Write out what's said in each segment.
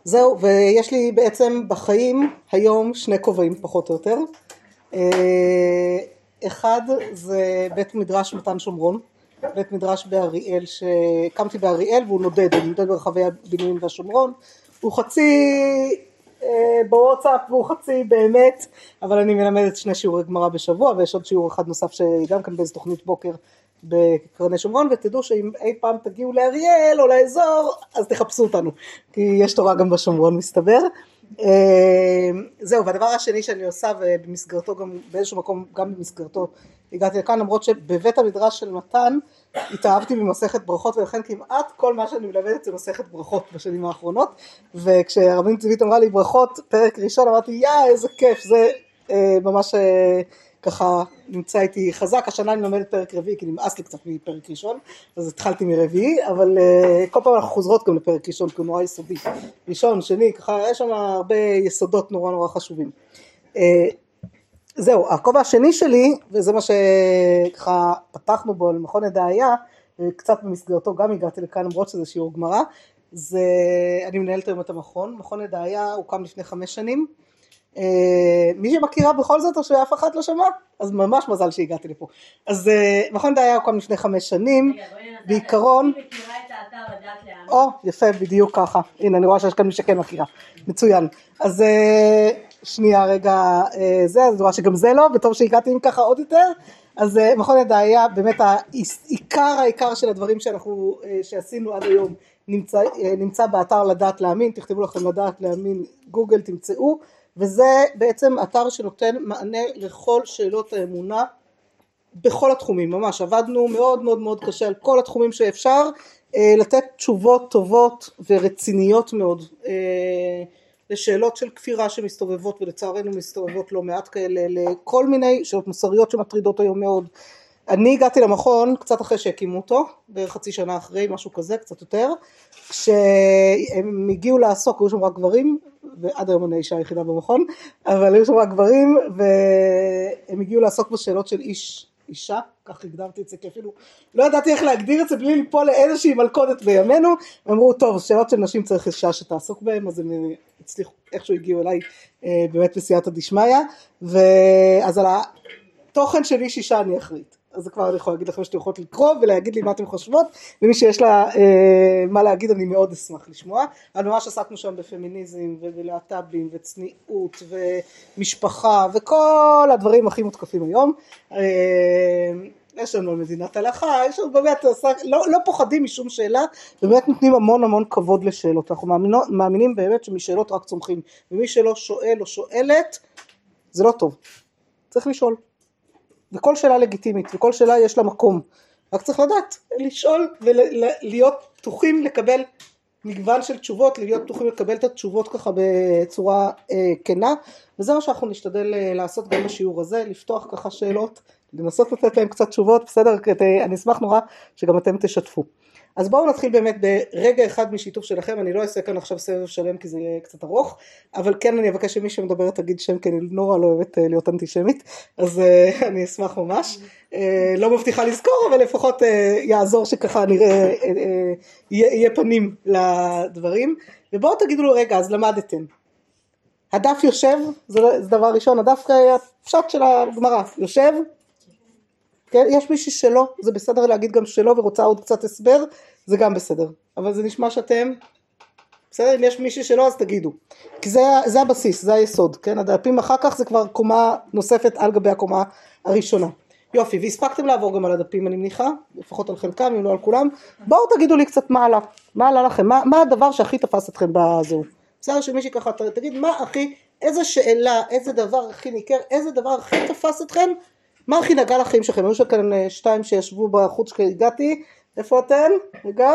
זהו, ויש לי בעצם בחיים היום שני כובעים פחות או יותר. אחד זה בית מדרש מתן שומרון, בית מדרש באריאל, שקמתי באריאל והוא נודד, הוא נודד ברחבי הבנימין והשומרון, הוא חצי בוואטסאפ והוא חצי באמת, אבל אני מלמדת שני שיעורי גמרא בשבוע, ויש עוד שיעור אחד נוסף שגם כאן באיזו תוכנית בוקר בקרני שומרון, ותדעו שאם אי פעם תגיעו לאריאל או לאזור, אז תחפשו אותנו, כי יש תורה גם בשומרון מסתבר. זהו, והדבר השני שאני עושה, ובמסגרתו גם באיזשהו מקום, גם במסגרתו הגעתי לכאן, למרות שבבית המדרש של מתן התאהבתי במסכת ברכות, ולכן כמעט כל מה שאני מלמדת זה מסכת ברכות בשנים האחרונות, וכשהרבנית צבית אמרה לי ברכות פרק ראשון, אמרתי איזה כיף, זה ממש ככה נמצא איתי חזק. השנה אני מלמדת פרק רביעי, כי נמאס לי קצת מפרק ראשון, אז התחלתי מרביעי, אבל כל פעם אנחנו חוזרות גם לפרק ראשון, כי הוא נורא יסודי. ראשון, שני, ככה יש שם הרבה יסודות נורא חשובים. זהו, הכובע השני שלי, וזה מה שככה פתחנו בו למכון ידעיה, קצת במסגרתו גם הגעתי לכאן, למרות שזה שיעור גמרא, זה, אני מנהלת היום את המכון, מכון ידעיה הוקם לפני 5 שנים, מי שמכירה בכל זאת או שאף אחד לא שמע, אז ממש מזל שהגעתי לפה. אז מכון ידעיה הוקם לפני 5 שנים, בעיקרון, יפה, בדיוק ככה, הנה אני רואה שיש כאן מי שכן מכירה, מצוין. אז שנייה רגע, אז אני רואה שגם זה לא, וטוב שהגעתי עם ככה עוד יותר. אז מכון ידעיה, באמת העיקר של הדברים שעשינו עד היום נמצא באתר לדעת להאמין, תכתבו לכם לדעת להאמין גוגל, תמצאו, וזה בעצם אתר שנותן מענה לכל שאלות האמונה בכל התחומים. ממש עבדנו מאוד מאוד מאוד קשה על כל התחומים שאפשר, לתת תשובות טובות ורציניות מאוד לשאלות של כפירה שמסתובבות, ולצערנו מסתובבות לא מעט כאלה, לכל מיני שאלות מוסריות שמטרידות היום מאוד. אני הגעתי למכון קצת אחרי שהקימו אותו, בערך חצי שנה אחרי, משהו כזה, קצת יותר, כשהם הגיעו לעסוק, היו שם רק גברים, ועד היום אני האישה היחידה במכון, אבל היו שם רק גברים, והם הגיעו לעסוק בשאלות של אישה, כך הגדרתי את זה, כי אפילו לא ידעתי איך להגדיר את זה בלי ליפול לאיזושהי מלכודת בימינו. אמרו טוב, שאלות של נשים צריך אישה שתעסוק בהם, אז הם הצליחו, איכשהו הגיעו אליי באמת בסייעתא דשמיא, ואז על התוכן של איש אישה אני אחראית, אז זה כבר אני יכולה להגיד לכם שאתם יכולות לקרוא ולהגיד לי מה אתם חושבות, ומי שיש לה מה להגיד אני מאוד אשמח לשמוע. אבל ממש עסקנו שם בפמיניזם ובלהט"בים וצניעות ומשפחה וכל הדברים הכי מותקפים היום. יש לנו מדינת הלכה, יש לנו באמת, לא פוחדים משום שאלה, באמת נותנים המון כבוד לשאלות. אנחנו מאמינים באמת שמשאלות רק צומחים, ומי שלא שואל או שואלת זה לא טוב, צריך לשאול. וכל שאלה לגיטימית, וכל שאלה יש לה מקום, רק צריך לדעת, לשאול ולהיות פתוחים לקבל מגוון של תשובות, להיות פתוחים לקבל את התשובות ככה בצורה כנה, וזה מה שאנחנו נשתדל לעשות גם בשיעור הזה, לפתוח ככה שאלות, לנסות לתת להם קצת תשובות, בסדר? אני אשמח נורא שגם אתם תשתפו. אז בואו נתחיל באמת ברגע אחד משיתוף שלכם. אני לא אעשה כאן עכשיו סבב שלם כי זה יהיה קצת ארוך, אבל כן אני אבקש שמי שמדברת תגיד שם, כי אני נורא לא אוהבת להיות אנטישמית, אז אני אשמח ממש. לא מבטיחה לזכור, אבל לפחות יעזור שככה נראה, יהיה פנים לדברים. ובואו תגידו לו רגע, אז למדתם. הדף יושב, זה דבר ראשון, הדף הפשט של הגמרא, יושב? כן, יש מישהו שלא, זה בסדר להגיד גם שלא ורוצה עוד קצת הסבר, זה גם בסדר, אבל זה נשמע שאתם, בסדר, אם יש מישהו שלא אז תגידו, כי זה הבסיס, זה היסוד, כן, הדפים אחר כך זה כבר קומה נוספת על גבי הקומה הראשונה. יופי, והספקתם לעבור גם על הדפים אני מניחה, לפחות על חלקם, אם לא על כולם, בואו תגידו לי קצת מה עלה לכם, מה הדבר שהכי תפס אתכם בזהו, בסדר שמישהי ככה תגיד מה הכי, איזה שאלה, איזה דבר הכי ניכר, איזה דבר הכי תפס אתכם, מה הכי נגע לחיים שלכם? היו שכאן 2 שישבו בחוץ כשהגעתי, איפה אתן? רגע?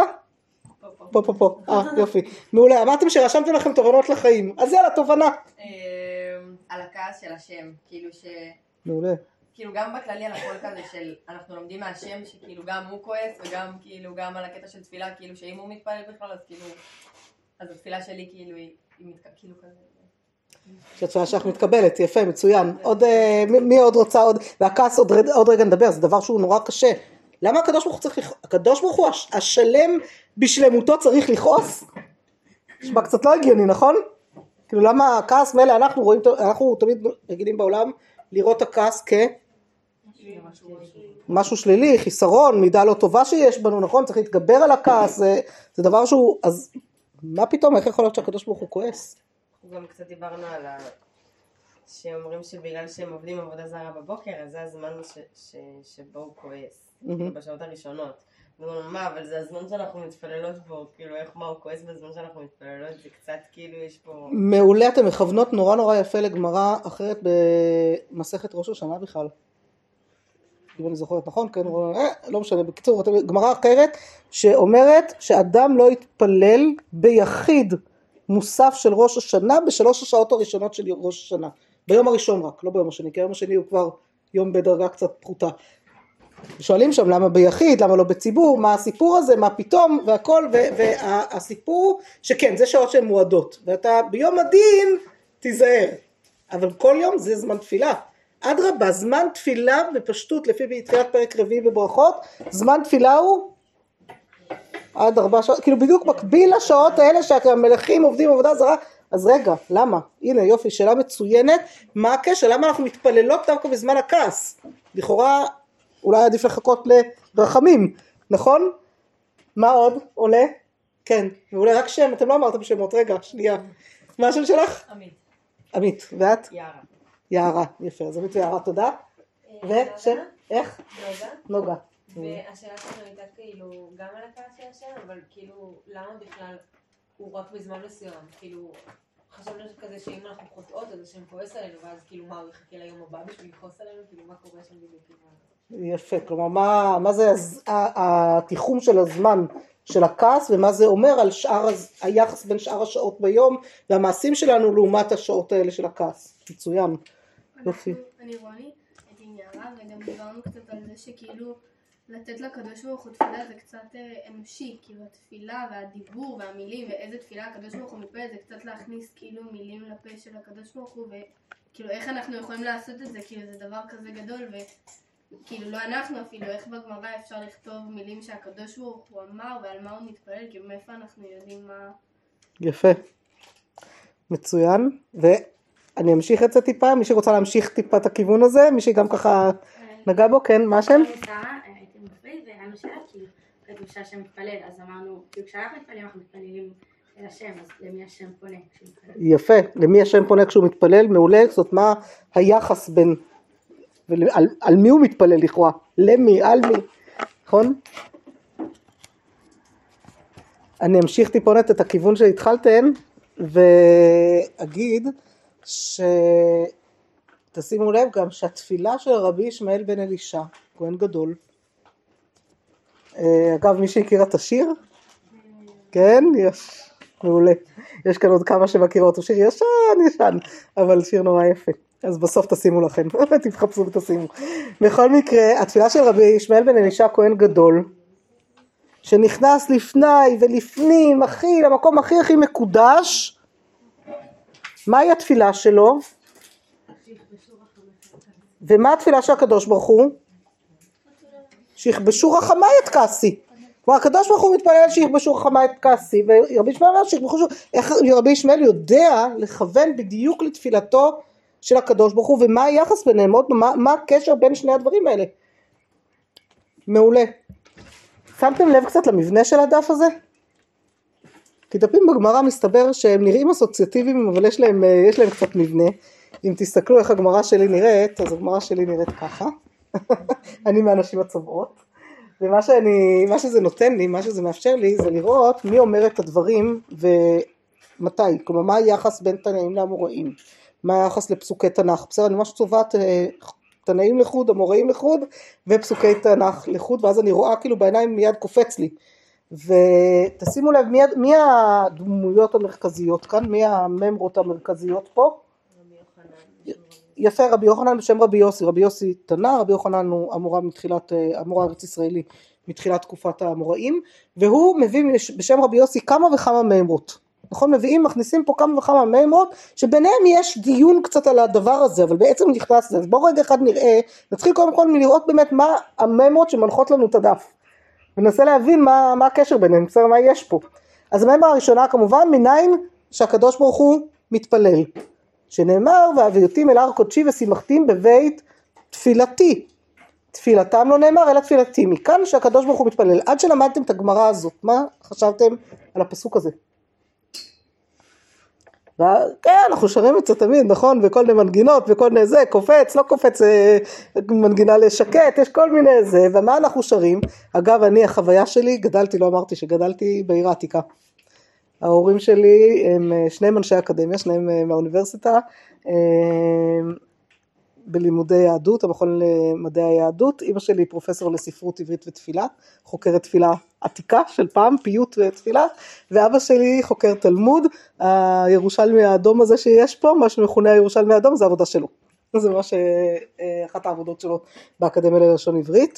פה. יופי. מעולה, אמרתם שרשמתם לכם תובנות לחיים, אז יאללה, תובנה. על הכעס של השם, כאילו מעולה. כאילו גם בכללי על הכל כזה של, אנחנו לומדים מהשם שכאילו גם הוא כועס, וגם כאילו גם על הקטע של תפילה, כאילו שאם הוא מתפלל בכלל, אז כאילו, אז התפילה שלי כאילו היא כאילו כזה. שהתפילה שלך מתקבלת, יפה, מצוין. עוד, מי עוד רוצה עוד, והכעס עוד רגע נדבר, זה דבר שהוא נורא קשה. למה הקדוש ברוך הוא צריך, הקדוש ברוך הוא השלם בשלמותו צריך לכעוס? נשמע קצת לא הגיוני, נכון? כאילו למה הכעס מלא, אנחנו תמיד רגילים בעולם לראות הכעס כמשהו שלילי, חיסרון, מידה לא טובה שיש בנו, נכון? צריך להתגבר על הכעס, זה דבר שהוא, אז מה פתאום, איך יכול להיות שהקדוש ברוך הוא כועס? גם קצת דיברנו על שאומרים שבגלל שהם עובדים עבודה זרה בבוקר, אז זה הזמן שבו הוא כועס, בשעות הראשונות. מה, אבל זה הזמן שאנחנו מתפללות בו, כאילו איך מה הוא כועס בזמן שאנחנו מתפללות, זה קצת כאילו יש פה... מעולה, אתם מכוונות נורא יפה לגמרא אחרת במסכת ראש השנה בכלל. אם אני זוכרת נכון, כן, לא משנה, בקיצור, גמרא אחרת שאומרת שאדם לא יתפלל ביחיד מוסף של ראש השנה בשלוש השעות הראשונות של ראש השנה. ביום הראשון רק, לא ביום השני, כי היום השני הוא כבר יום בדרגה קצת פחותה. שואלים שם למה ביחיד, למה לא בציבור, מה הסיפור הזה, מה פתאום והכל, והסיפור שכן, זה שעות שהן מועדות, ואתה ביום הדין תיזהר, אבל כל יום זה זמן תפילה. אדרבה, זמן תפילה בפשטות, לפי בתחילת פרק רביעי בברכות, זמן תפילה הוא עד 4 שעות, כאילו בדיוק מקביל לשעות האלה שהמלכים עובדים עבודה זרה. אז רגע, למה? הנה יופי, שאלה מצוינת, מה הקשר? למה אנחנו מתפללות דווקא בזמן הכעס? לכאורה אולי עדיף לחכות לרחמים, נכון? מה עוד עולה? כן, ואולי רק שם, אתם לא אמרתם שמות, רגע, שנייה. מה השם שלך? עמית. עמית, ואת? יערה. יערה, יפה, אז עמית ויערה, תודה. ושם? איך? נוגה. והשאלה שלנו הייתה כאילו גם על הכעס של השם, אבל כאילו למה בכלל הוא רק בזמן מסוים, כאילו חשבנו כזה שאם אנחנו חוטאות אז השם כועס עלינו, ואז כאילו מה הוא יחכה ליום הבא בשביל לכעוס עלינו, כאילו מה קורה שם בדיוק? יפה, כלומר מה זה התיחום של הזמן של הכעס ומה זה אומר על היחס בין שאר השעות ביום והמעשים שלנו לעומת השעות האלה של הכעס. מצוין. יופי. אני רוני, הייתי עם יערה וגם דיברנו קצת על זה שכאילו לתת לקדוש ברוך הוא תפילה זה קצת אנושי, כאילו התפילה והדיבור והמילים ואיזה תפילה הקדוש ברוך הוא מתפלל זה קצת להכניס כאילו מילים לפה של הקדוש ברוך הוא וכאילו איך אנחנו יכולים לעשות את זה, כאילו זה דבר כזה גדול וכאילו לא אנחנו אפילו, איך בגמרא אפשר לכתוב מילים שהקדוש ברוך הוא אמר ועל מה הוא מתפלל, כאילו מאיפה אנחנו יודעים מה... יפה, מצוין. ואני אמשיך את זה טיפה, מי שרוצה להמשיך טיפה את הכיוון הזה, מי שגם ככה נגע בו, כן, מה השם? הייתי מפריד והיינו שאלה כאילו כתוב שהשם מתפלל, אז אמרנו כאילו כשאנחנו מתפללים אנחנו מתפללים אל השם, אז למי השם פונה כשהוא מתפלל? יפה, למי השם פונה כשהוא מתפלל, מעולה. זאת מה היחס בין, על מי הוא מתפלל לכאורה, למי, על מי, נכון? אני אמשיך טיפונת את הכיוון שהתחלתם ואגיד תשימו לב גם שהתפילה של רבי ישמעאל בן אלישע, כהן גדול, אגב מי שהכיר את השיר? כן, יש, מעולה, יש כאן עוד כמה שמכירות, הוא שיר ישן, אבל שיר נורא יפה, אז בסוף תשימו לכם, תחפשו ותשימו. בכל מקרה, התפילה של רבי ישמעאל בן אלישע כהן גדול, שנכנס לפני ולפנים, למקום הכי מקודש, מהי התפילה שלו? ומה התפילה של הקדוש ברוך הוא? שיכבשו רחמי את כעסי. כלומר הקדוש ברוך הוא מתפלל שיכבשו רחמי את כעסי, ורבי ישמעאל אומר שיכבשו, איך רבי ישמעאל יודע לכוון בדיוק לתפילתו של הקדוש ברוך הוא, ומה היחס ביניהם, מה הקשר בין שני הדברים האלה? מעולה. שמתם לב קצת למבנה של הדף הזה? כי דפים בגמרא מסתבר שהם נראים אסוציאטיביים, אבל יש להם קצת מבנה. אם תסתכלו איך הגמרא שלי נראית, אז הגמרא שלי נראית ככה. אני מהאנשים הצובעות. ומה שזה נותן לי, מה שזה מאפשר לי, זה לראות מי אומר את הדברים ומתי. כלומר, מה היחס בין תנאים לאמוראים? מה היחס לפסוקי תנ"ך? בסדר, אני ממש צובעת תנאים לחוד, אמוראים לחוד, ופסוקי תנ"ך לחוד, ואז אני רואה כאילו בעיניים מיד קופץ לי. ותשימו לב, מי הדמויות המרכזיות כאן? מי הממרות המרכזיות פה? יפה, רבי יוחנן בשם רבי יוסי. רבי יוסי תנא, רבי יוחנן הוא אמורא ארץ ישראלי מתחילת תקופת האמוראים, והוא מביא בשם רבי יוסי כמה וכמה ממרות. נכון, מכניסים פה כמה וכמה ממרות, שביניהם יש דיון קצת על הדבר הזה, אבל בעצם נכנס לזה. אז בואו רגע אחד נתחיל קודם כל מלראות באמת מה הממרות שמנחות לנו את הדף. וננסה להבין מה הקשר ביניהם, בסדר, מה יש פה. אז הממרה הראשונה כמובן, מניין שהקדוש ברוך הוא מתפלל. שנאמר, והביאותים אל הר קודשי ושימחתים בבית תפילתי. תפילתם לא נאמר, אלא תפילתי. מכאן שהקדוש ברוך הוא מתפלל. עד שלמדתם את הגמרא הזאת, מה חשבתם על הפסוק הזה? כן, אנחנו שרים את זה תמיד, נכון? וכל מיני מנגינות, וכל מיני זה, קופץ, לא קופץ, מנגינה לשקט, יש כל מיני זה, ומה אנחנו שרים? אגב, אני, החוויה שלי, גדלתי, לא אמרתי שגדלתי בעיר העתיקה. ההורים שלי הם שניהם אנשי אקדמיה, שניהם מהאוניברסיטה, בלימודי יהדות, המכון למדעי היהדות. אמא שלי פרופסור לספרות עברית ותפילה, חוקרת תפילה עתיקה של פעם, פיוט ותפילה, ואבא שלי חוקר תלמוד. הירושלמי האדום הזה שיש פה, מה שמכונה הירושלמי האדום, זה העבודה שלו. זה ממש אחת העבודות שלו באקדמיה ללשון עברית,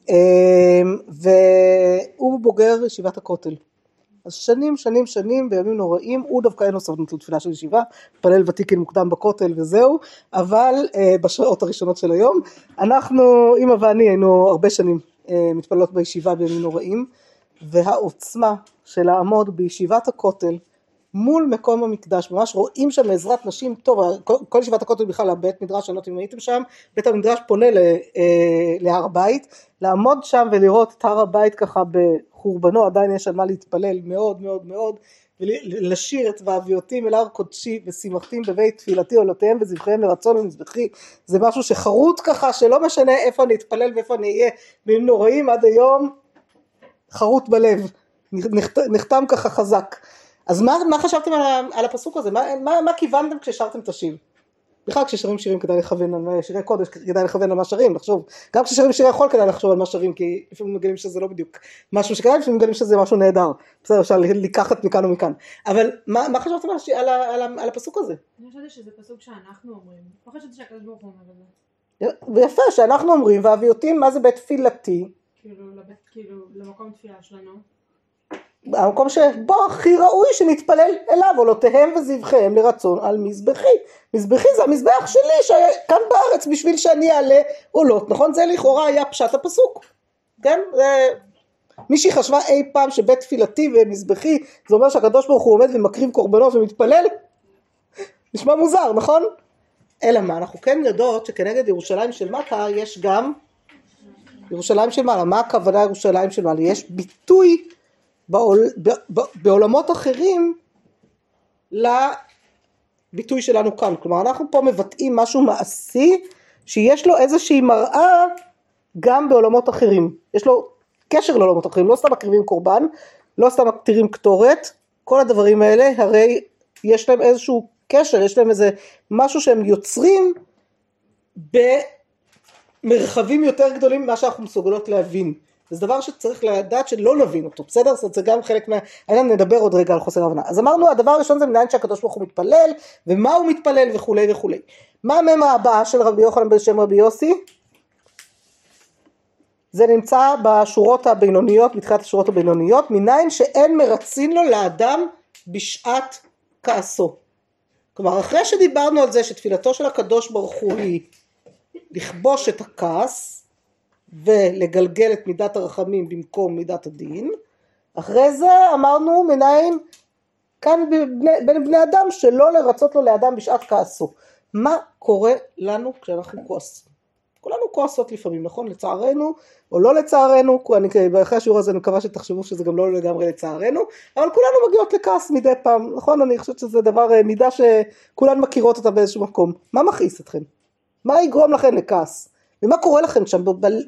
והוא בוגר ישיבת הכותל. אז שנים, בימים נוראים, הוא דווקא אין לו סבלנות לתפילה של ישיבה, פלל ותיקין מוקדם בכותל וזהו, אבל בשעות הראשונות של היום, אנחנו, אמא ואני, היינו הרבה שנים מתפללות בישיבה בימים נוראים, והעוצמה של לעמוד בישיבת הכותל, מול מקום המקדש, ממש רואים שם עזרת נשים, טוב, כל ישיבת הכותל בכלל, בית מדרש, אני לא יודעת אם הייתם שם, בית המדרש פונה להר הבית, לעמוד שם ולראות את הר הבית ככה בחורבנו, עדיין יש על מה להתפלל מאוד מאוד מאוד, ולשיר את והביאותים אל הר קודשי ושימחתים בבית תפילתי עולותיהם וזבחיהם לרצון ומזבחי, זה משהו שחרוט ככה, שלא משנה איפה אני אתפלל ואיפה אני אהיה, בימים נוראים עד היום, חרוט בלב, נחתם ככה חזק. אז מה חשבתם על הפסוק הזה? מה כיוונתם כששרתם את השיר? בכלל כששרים שירים כדאי לכוון על שירי קודש, כדאי לכוון על מה שרים, לחשוב. גם כששרים שירי חול כדאי לחשוב על מה שרים, כי לפעמים מגלים שזה לא בדיוק משהו שכדאי, לפעמים מגלים שזה משהו נהדר. בסדר, אפשר לקחת מכאן ומכאן. אבל מה חשבתם על הפסוק הזה? אני חושבת שזה פסוק שאנחנו אומרים. לא חושבת שהקדוש ברוך הוא אומר את זה. ויפה, שאנחנו אומרים, והביאותים, מה זה בית תפילתי? כאילו למקום תפילה שלנו. המקום שבו הכי ראוי שנתפלל אליו, עולותיהם וזבחיהם לרצון על מזבחי. מזבחי זה המזבח שלי שכאן בארץ בשביל שאני אעלה עולות, נכון? זה לכאורה היה פשט הפסוק, כן? מישהי חשבה אי פעם שבית תפילתי ומזבחי זה אומר שהקדוש ברוך הוא עומד ומקריב קורבנות ומתפלל? נשמע מוזר, נכון? אלא מה? אנחנו כן יודעות שכנגד ירושלים של מטה יש גם ירושלים של מעלה. מה הכוונה ירושלים של מעלה? יש ביטוי בעולמות אחרים לביטוי שלנו כאן, כלומר אנחנו פה מבטאים משהו מעשי שיש לו איזושהי מראה גם בעולמות אחרים, יש לו קשר לעולמות אחרים, לא סתם מקריבים קורבן, לא סתם מקטירים קטורת, כל הדברים האלה הרי יש להם איזשהו קשר, יש להם איזה משהו שהם יוצרים במרחבים יותר גדולים ממה שאנחנו מסוגלות להבין. זה דבר שצריך לדעת שלא נבין אותו, בסדר? זאת אומרת, זה גם חלק העניין, נדבר עוד רגע על חוסר הבנה. אז אמרנו, הדבר הראשון זה מניין שהקדוש ברוך הוא מתפלל, ומה הוא מתפלל וכולי וכולי. מה הממרה הבאה של רבי יוחנן בשם רבי יוסי? זה נמצא בשורות הבינוניות, בתחילת השורות הבינוניות, מניין שאין מרצין לו לאדם בשעת כעסו. כלומר, אחרי שדיברנו על זה שתפילתו של הקדוש ברוך הוא היא לכבוש את הכעס, ולגלגל את מידת הרחמים במקום מידת הדין, אחרי זה אמרנו מניין כאן בין בני אדם שלא לרצות לו לאדם בשעת כעסו. מה קורה לנו כשאנחנו כועסים? כולנו כועסות לפעמים, נכון? לצערנו או לא לצערנו, אחרי השיעור הזה אני מקווה שתחשבו שזה גם לא לגמרי לצערנו, אבל כולנו מגיעות לכעס מדי פעם, נכון? אני חושבת שזה דבר, מידה שכולן מכירות אותה באיזשהו מקום. מה מכעיס אתכם? מה יגרום לכם לכעס? ומה קורה לכם שם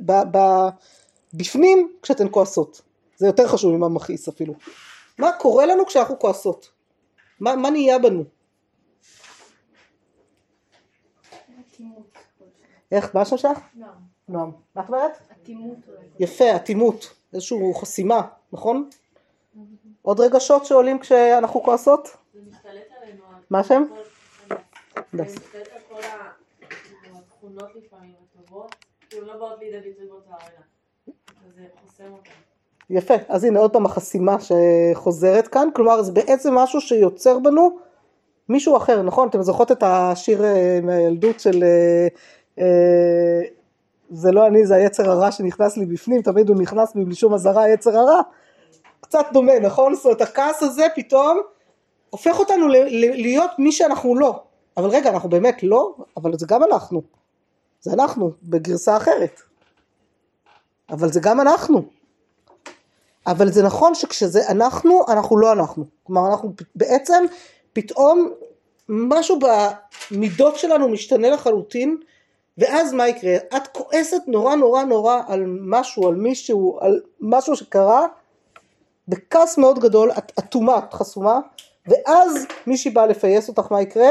בפנים כשאתן כועסות? זה יותר חשוב ממה מכעיס אפילו. מה קורה לנו כשאנחנו כועסות? מה נהיה בנו? איך? מה שלך? נועם. מה את אומרת? אטימות. יפה, אטימות. איזושהי חסימה, נכון? עוד רגשות שעולים כשאנחנו כועסות? זה משתלט עלינו. מה שם? זה משתלט על כל התכונות לפעמים הטובות, כאילו לא באות לידי ביטוי באותו הרגע. זה חוסם אותם. יפה, אז הנה עוד פעם החסימה שחוזרת כאן, כלומר זה בעצם משהו שיוצר בנו מישהו אחר, נכון? אתם זוכרות את השיר מהילדות של זה לא אני, זה היצר הרע שנכנס לי בפנים, תמיד הוא נכנס בלי שום עזרה, היצר הרע. קצת דומה, נכון? זאת אומרת, הכעס הזה פתאום הופך אותנו להיות מי שאנחנו לא. אבל רגע, אנחנו באמת לא, אבל זה גם אנחנו. זה אנחנו, בגרסה אחרת. אבל זה גם אנחנו. אבל זה נכון שכשזה אנחנו לא אנחנו. כלומר, אנחנו בעצם פתאום משהו במידות שלנו משתנה לחלוטין, ואז מה יקרה? את כועסת נורא נורא נורא על משהו, על מישהו, על משהו שקרה, בכעס מאוד גדול, את אטומה, את חסומה, ואז מישהי בא לפייס אותך, מה יקרה?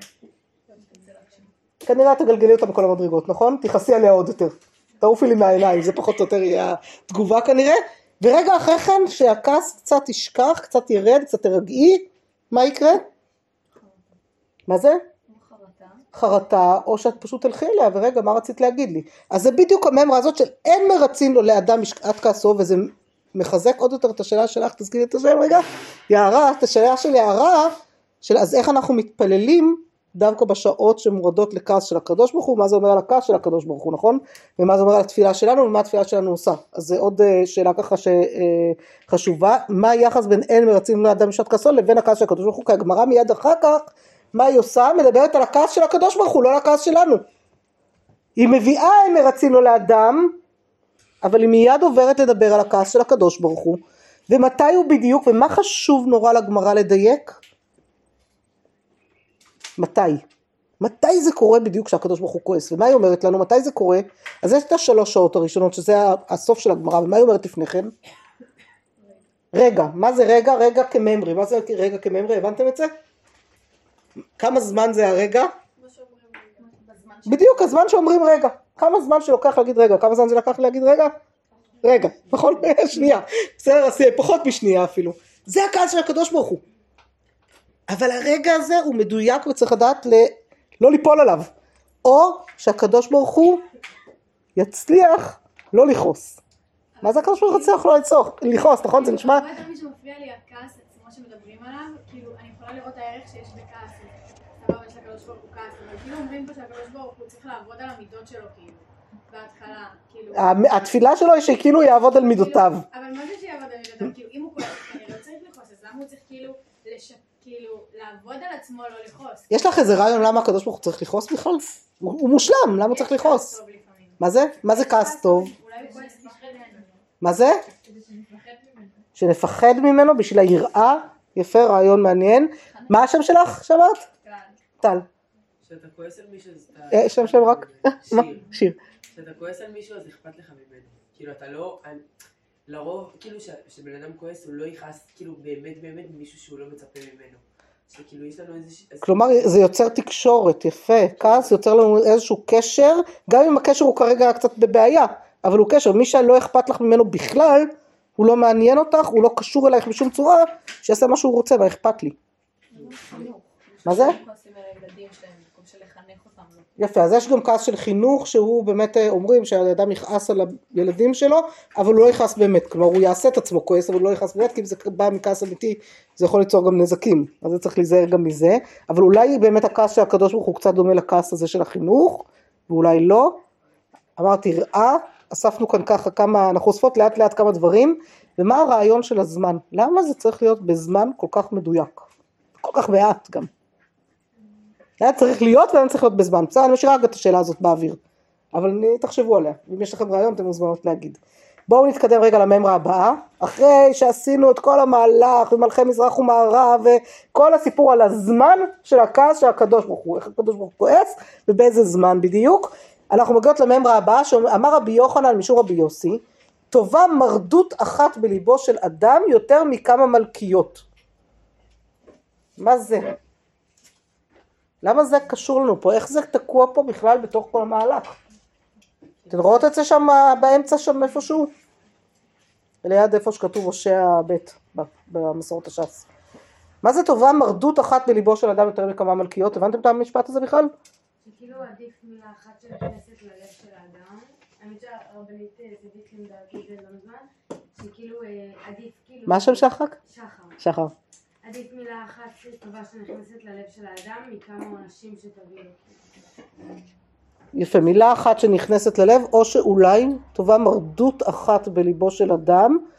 כנראה תגלגלי אותה בכל המדרגות, נכון? תיחסי עליה עוד יותר. תעופי לי מהעיניים, זה פחות או יותר יהיה התגובה כנראה. ורגע אחרי כן, שהכעס קצת ישכח, קצת ירד, קצת תרגעי, מה יקרה? מה זה? חרטה, או שאת פשוט תלכי אליה, ורגע, מה רצית להגיד לי? אז זה בדיוק הממרה הזאת של אין מרצין לו לאדם משקעת כעסו, וזה מחזק עוד יותר את השאלה שלך, תזכירי את השאלה רגע, יערה, את השאלה של יערה, של אז איך אנחנו מתפללים, דווקא בשעות שמורדות לכעס של הקדוש ברוך הוא, מה זה אומר על הכעס של הקדוש ברוך הוא, נכון? ומה זה אומר על התפילה שלנו, ומה התפילה שלנו עושה. אז זה עוד שאלה ככה שחשובה, מה היחס בין אין מרצים לאדם משעת כעסו, לבין הכעס של הקדוש ברוך הוא, כי הגמרא מיד אחר כך, מה היא עושה? מדברת על הכעס של הקדוש ברוך הוא, לא על הכעס שלנו. היא מביאה אין מרצים לו לאדם, אבל היא מיד עוברת לדבר על הכעס של הקדוש ברוך הוא, ומתי הוא בדיוק, ומה חשוב נורא לגמרא לדייק? מתי זה קורה בדיוק כשהקדוש ברוך הוא כועס, ומה היא אומרת לנו, מתי זה קורה? אז יש את 3 שעות הראשונות, שזה הסוף של הגמרא, ומה היא אומרת לפני כן? רגע, מה זה רגע? רגע כממרי, מה זה רגע כממרי, הבנתם את זה? כמה זמן זה הרגע? בדיוק, הזמן שאומרים רגע, כמה זמן שלוקח להגיד רגע, כמה זמן זה לקח להגיד רגע? רגע, נכון? שנייה, בסדר, פחות משנייה אפילו, זה הכעס של הקדוש ברוך הוא. אבל הרגע הזה הוא מדויק וצריך לדעת לא ליפול עליו, או שהקדוש ברוך הוא יצליח לא לכעוס. מה זה הקדוש ברוך הוא יצליח לא לכעוס, נכון? זה נשמע? הרבה יותר מי שמפריע לי הכעס עצמו שמדברים עליו, כאילו אני יכולה לראות הערך שיש בכעס, סבבה יש לקדוש ברוך הוא כעס, אבל כאילו אומרים פה שהקדוש ברוך הוא צריך לעבוד על המידות שלו כאילו, בהתחלה, כאילו. התפילה שלו היא שכאילו יעבוד על מידותיו. אבל מה זה שיעבוד על מידותיו? כאילו אם הוא כועס, אני לא צריך לכעוס, אז למה הוא צריך כאילו לעבוד על עצמו לא לכעוס? יש לך איזה רעיון למה הקדוש ברוך הוא צריך לכעוס בכלל? הוא מושלם, למה הוא צריך לכעוס? מה זה? מה זה כעס טוב? מה זה? שנפחד ממנו בשביל היראה. יפה, רעיון מעניין. מה השם שלך שמעת? טל. שאתה כועס על מישהו אז אתה... שם רק? שיר. שאתה כועס על מישהו אז אכפת לך ממנו. כאילו אתה לא... לרוב, כאילו שבן אדם כועס הוא לא יכעס כאילו באמת מישהו שהוא לא מצפה ממנו. שכאילו יש לנו כלומר זה יוצר תקשורת, יפה, כעס יוצר לנו איזשהו קשר, גם אם הקשר הוא כרגע קצת בבעיה, אבל הוא קשר, מי שלא אכפת לך ממנו בכלל, הוא לא מעניין אותך, הוא לא קשור אלייך בשום צורה, שיעשה מה שהוא רוצה, מה אכפת לי. מה זה? יפה, אז יש גם כעס של חינוך שהוא באמת אומרים שהאדם יכעס על הילדים שלו, אבל הוא לא יכעס באמת, כלומר הוא יעשה את עצמו כועס, אבל הוא לא יכעס באמת, כי אם זה בא מכעס אמיתי, זה יכול ליצור גם נזקים, אז זה צריך להיזהר גם מזה, אבל אולי באמת הכעס של הקדוש ברוך הוא קצת דומה לכעס הזה של החינוך, ואולי לא. אמרתי, ראה, אספנו כאן ככה כמה, אנחנו אוספות לאט לאט כמה דברים, ומה הרעיון של הזמן? למה זה צריך להיות בזמן כל כך מדויק? כל כך מעט גם. היה צריך להיות ואני צריך להיות בזמן. בסדר, אני משאירה את השאלה הזאת באוויר. אבל תחשבו עליה. אם יש לכם רעיון, אתם מוזמנות להגיד. בואו נתקדם רגע לממרה הבאה. אחרי שעשינו את כל המהלך ומלכי מזרח ומערב וכל הסיפור על הזמן של הכעס של הקדוש ברוך הוא. איך הקדוש ברוך הוא כועס ובאיזה זמן בדיוק. אנחנו מגיעות לממרה הבאה שאמר רבי יוחנן משום רבי יוסי, טובה מרדות אחת בליבו של אדם יותר מכמה מלכיות. מה זה? למה זה קשור לנו פה? איך זה תקוע פה בכלל בתוך כל המהלך? אתם רואות את זה שם באמצע שם איפשהו? ליד איפה שכתוב הושע ב' במסורת הש"ס. מה זה טובה מרדות אחת בליבו של אדם יותר מכמה מלכיות? הבנתם את המשפט הזה בכלל? שכאילו עדיף מילה אחת שנכנסת ללב של האדם. האמת שהרבנית זווית לימדה אותי זה לא מזמן. שכאילו עדיף כאילו... מה השם שחר? שחר. עדיף מילה אחת טובה שנכנסת ללב של האדם מכמה אנשים שתביא לו. יפה, מילה אחת שנכנסת ללב, או שאולי טובה מרדות אחת בליבו של אדם,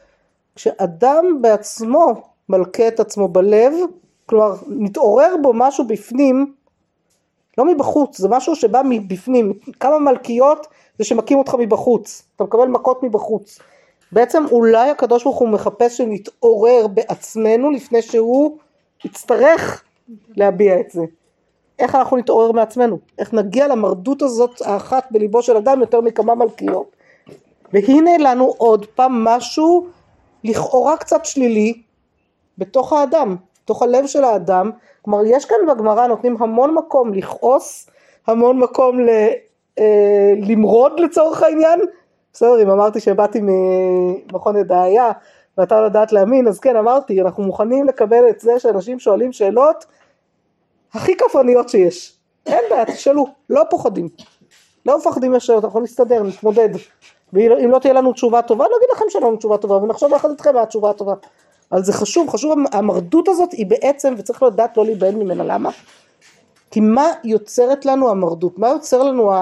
כשאדם בעצמו מלכה את עצמו בלב, כלומר מתעורר בו משהו בפנים, לא מבחוץ, זה משהו שבא מבפנים. כמה מלכיות זה שמקים אותך מבחוץ, אתה מקבל מכות מבחוץ. בעצם אולי הקדוש ברוך הוא מחפש שנתעורר בעצמנו לפני שהוא יצטרך להביע את זה. איך אנחנו נתעורר מעצמנו? איך נגיע למרדות הזאת האחת בליבו של אדם יותר מכמה מלכיות? והנה לנו עוד פעם משהו לכאורה קצת שלילי בתוך האדם, בתוך הלב של האדם. כלומר יש כאן בגמרא נותנים המון מקום לכעוס, המון מקום למרוד לצורך העניין. בסדר, אם אמרתי שבאתי ממכון ידעיה ואתה לא לדעת להאמין, אז כן אמרתי, אנחנו מוכנים לקבל את זה שאנשים שואלים שאלות הכי כפרניות שיש. אין בעיה, תשאלו, לא פוחדים. לא מפחדים לשאלות, אנחנו נסתדר, נתמודד. ואם לא תהיה לנו תשובה טובה, נגיד לכם שאין לנו תשובה טובה, ונחשוב יחד איתכם מהתשובה הטובה. אבל זה חשוב, המרדות הזאת היא בעצם, וצריך לדעת לא להיבהל ממנה, למה? כי מה יוצרת לנו המרדות? מה יוצר לנו